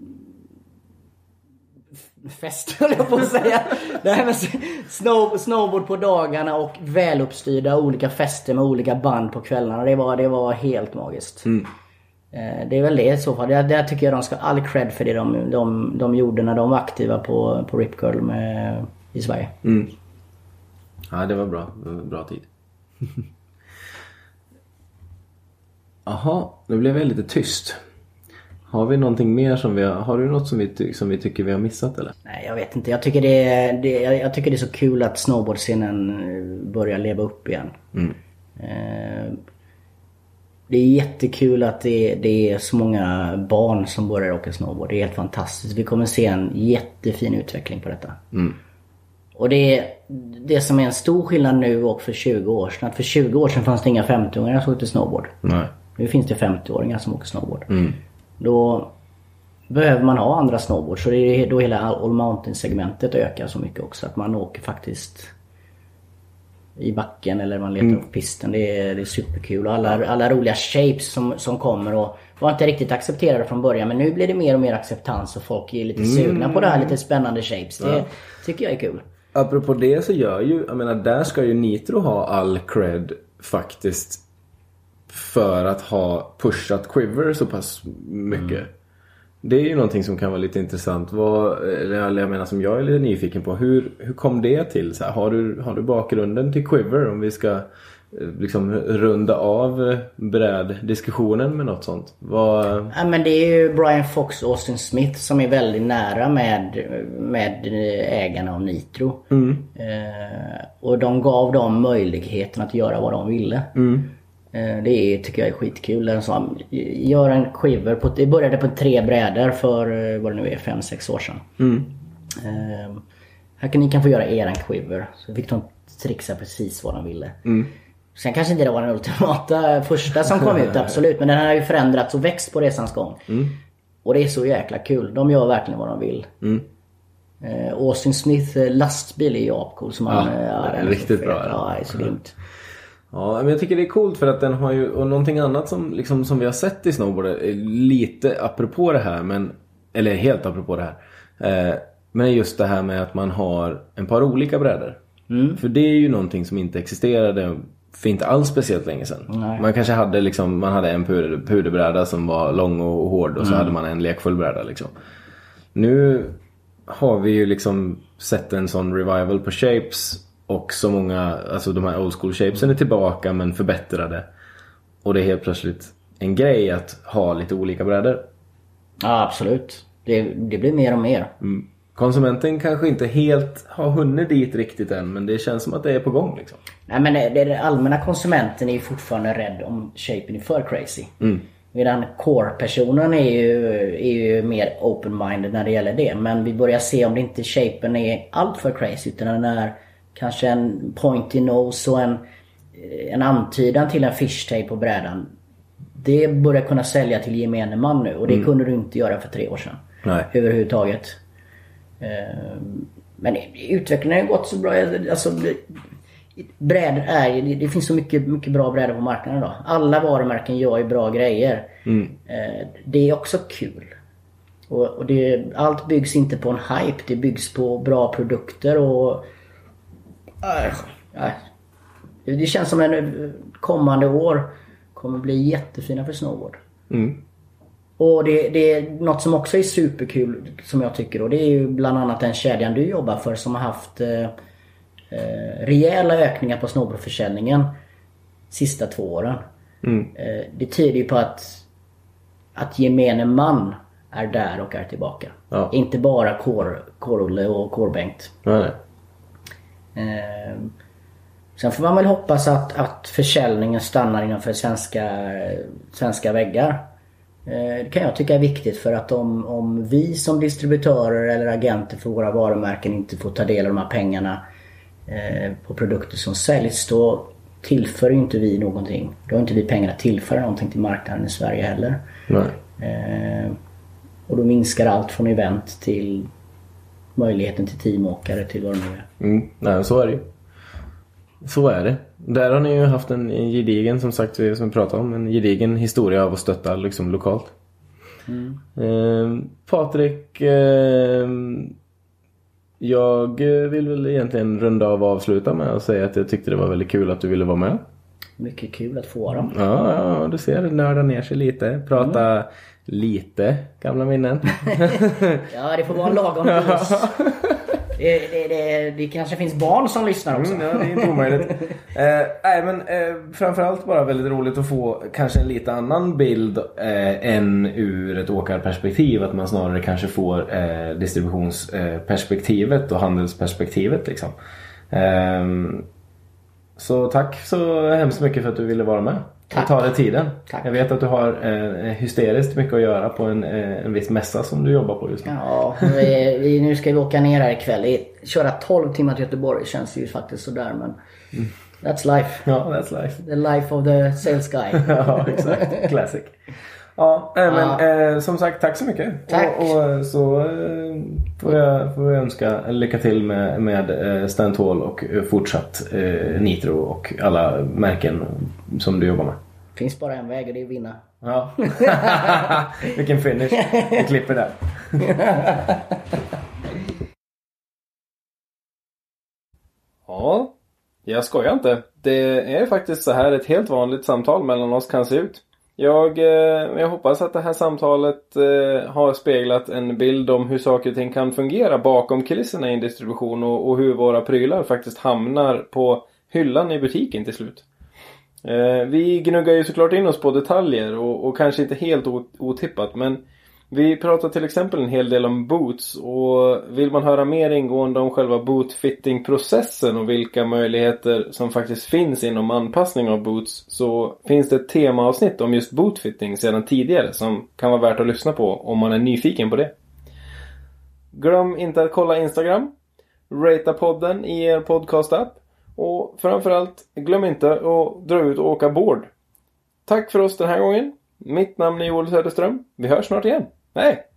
fest, höll jag på att säga. Det här med snow, snowboard på dagarna och väluppstyrda olika fester med olika band på kvällarna. Det var, det var helt magiskt. Mm. Eh, det är väl det i så fall. Det, det tycker jag de ska ha all cred för det de, de, de gjorde när de var aktiva på, på Rip Curl med, i Sverige. Mm. Ja, det var bra. Det var bra tid. Jaha, nu blev jag lite tyst. Har vi någonting mer som vi har, har du något som vi, ty- som vi tycker vi har missat eller? Nej, jag vet inte. Jag tycker det är, det, jag tycker det är så kul att snowboardscenen börjar leva upp igen. Mm. Eh, det är jättekul att det, det är så många barn som börjar åka snowboard. Det är helt fantastiskt. Vi kommer se en jättefin utveckling på detta. Mm. Och det är det som är en stor skillnad nu och för tjugo år sedan. Att för tjugo år sedan fanns det inga femtioåringar som åkte snowboard. Nej. Nu finns det femtioåringar som åker snowboard. Mm. Då behöver man ha andra snowboard. Så det är då hela all mountain-segmentet ökar så mycket också. Att man åker faktiskt i backen eller man letar mm. upp pisten. Det är, det är superkul. Och alla, alla roliga shapes som, som kommer och var inte riktigt accepterade från början. Men nu blir det mer och mer acceptans och folk är lite sugna mm. på det här lite spännande shapes. Det ja. tycker jag är kul. Apropå det så gör ju, jag menar där ska ju Nitro ha all cred faktiskt för att ha pushat Quiver så pass mycket. Mm. Det är ju någonting som kan vara lite intressant. Vad, eller jag menar som jag är lite nyfiken på. Hur, hur kom det till? Så här, har, du, har du bakgrunden till Quiver om vi ska liksom runda av bräddiskussionen med något sånt? Vad... Ja, men det är ju Brian Fox och Austin Smith som är väldigt nära med, med ägarna av Nitro. Mm. Eh, och de gav dem möjligheten att göra vad de ville. Mm. Det är, tycker jag är skitkul. En gör en quiver på, det började på tre brädor för vad det nu är, fem sex år sedan. Mm. Uh, här kan ni kan få göra er en quiver. Så fick de trixa precis vad de ville. Mm. Sen kanske inte det var den ultimata första som kom ut, absolut. Men den har ju förändrats och växt på resans gång. Mm. Och det är så jäkla kul. De gör verkligen vad de vill. Mm. Uh, Austin Smith lastbil är ju apcool. Som man, ja, ja, är riktigt bra. Ja, det är så grymt. Ja, men jag tycker det är coolt för att den har ju, och någonting annat som, liksom, som vi har sett i snowboard är lite apropå det här, men, eller helt apropå det här. Eh, men just det här med att man har en par olika brädor. Mm. För det är ju någonting som inte existerade för inte alls speciellt länge sedan. Nej. Man kanske hade liksom, man hade en puder, puderbräda som var lång och hård och så mm. hade man en lekfull bräda liksom. Nu har vi ju liksom sett en sån revival på shapes. Och så många, alltså de här old school shapesen är tillbaka men förbättrade. Och det är helt plötsligt en grej att ha lite olika brädor. Ja, absolut. Det, det blir mer och mer. Mm. Konsumenten kanske inte helt har hunnit dit riktigt än, men det känns som att det är på gång liksom. Nej, men det, det allmänna konsumenten är ju fortfarande rädd om shapen är för crazy. Mm. Medan core-personen är ju, är ju mer open-minded när det gäller det. Men vi börjar se om det inte shapen är allt för crazy utan den är kanske en pointy nose och en, en antydan till en fishtail på brädan. Det börjar kunna sälja till gemene man nu. Och det mm. kunde du inte göra för tre år sedan. Nej. Överhuvudtaget. Men utvecklingen har gått så bra. Alltså, brädor är, det finns så mycket, mycket bra brädor på marknaden idag. Alla varumärken gör ju bra grejer. Mm. Det är också kul. Och, och det, allt byggs inte på en hype. Det byggs på bra produkter och äh, det känns som en kommande år kommer bli jättefina för snowboard. Mm. Och det, det är något som också är superkul som jag tycker, och det är ju bland annat den kedjan du jobbar för som har haft eh, rejäla ökningar på snowboardförsäljningen sista två åren. Mm. Eh, det tyder ju på att att gemene man är där och är tillbaka. Ja. Inte bara Kår-Olle och Kår-Bengt. Nej. Eh, sen får man väl hoppas att, att försäljningen stannar innanför svenska, svenska väggar. Eh, det kan jag tycka är viktigt, för att om, om vi som distributörer eller agenter för våra varumärken inte får ta del av de här pengarna eh, på produkter som säljs, då tillför ju inte vi någonting. Då har inte vi pengar att tillföra någonting till marknaden i Sverige heller. Nej. Eh, och då minskar allt från event till möjligheten till teamåkare till vad det nu är. Mm, nej, så är det ju. Så är det. Där har ni ju haft en, en gedigen, som sagt, som vi pratade om, en gedigen historia av att stötta liksom lokalt. Mm. Eh, Patrik, eh, jag vill väl egentligen runda av och avsluta med att säga att jag tyckte det var väldigt kul att du ville vara med. Mycket kul att få dem. Ja, ja, du ser, nörda ner sig lite, prata mm. lite gamla minnen. Ja, det får vara en lagom dos. Det, det, det, det kanske finns barn som lyssnar också. Mm, ja, det är inte omöjligt. eh, nej, men eh, framförallt bara väldigt roligt att få kanske en lite annan bild eh, än ur ett åkarperspektiv. Att man snarare kanske får eh, distributionsperspektivet och handelsperspektivet liksom. Eh, så tack så hemskt mycket för att du ville vara med. Tack. Och ta dig tiden. Tack. Jag vet att du har eh, hysteriskt mycket att göra på en, eh, en viss mässa som du jobbar på just nu. Ja, vi, vi, nu ska vi åka ner här ikväll. Vi köra tolv timmar till Göteborg känns ju faktiskt sådär, men mm. that's life. Ja, that's life. The life of the sales guy. Ja, exakt. Classic. Ja, äh, men ja. Eh, som sagt, tack så mycket. Tack. Och, och så eh, får, jag, får jag önska lycka till med, med eh, Stantol och eh, fortsatt eh, Nitro och alla märken som du jobbar med. Finns bara en väg och det är att vinna. Ja. Vilken finish. Vi klipper där. Ja, jag skojar inte. Det är faktiskt så här ett helt vanligt samtal mellan oss kan se ut. Jag, eh, jag hoppas att det här samtalet eh, har speglat en bild om hur saker och ting kan fungera bakom kulisserna i en distribution och, och hur våra prylar faktiskt hamnar på hyllan i butiken till slut. Eh, vi gnuggar ju såklart in oss på detaljer och, och kanske inte helt otippat, men vi pratar till exempel en hel del om boots, och vill man höra mer ingående om själva bootfitting-processen och vilka möjligheter som faktiskt finns inom anpassning av boots, så finns det ett temaavsnitt om just bootfitting sedan tidigare som kan vara värt att lyssna på om man är nyfiken på det. Glöm inte att kolla Instagram, ratea podden i er podcast-app, och framförallt glöm inte att dra ut och åka board. Tack för oss den här gången. Mitt namn är Joel Söderström. Vi hörs snart igen. Hej!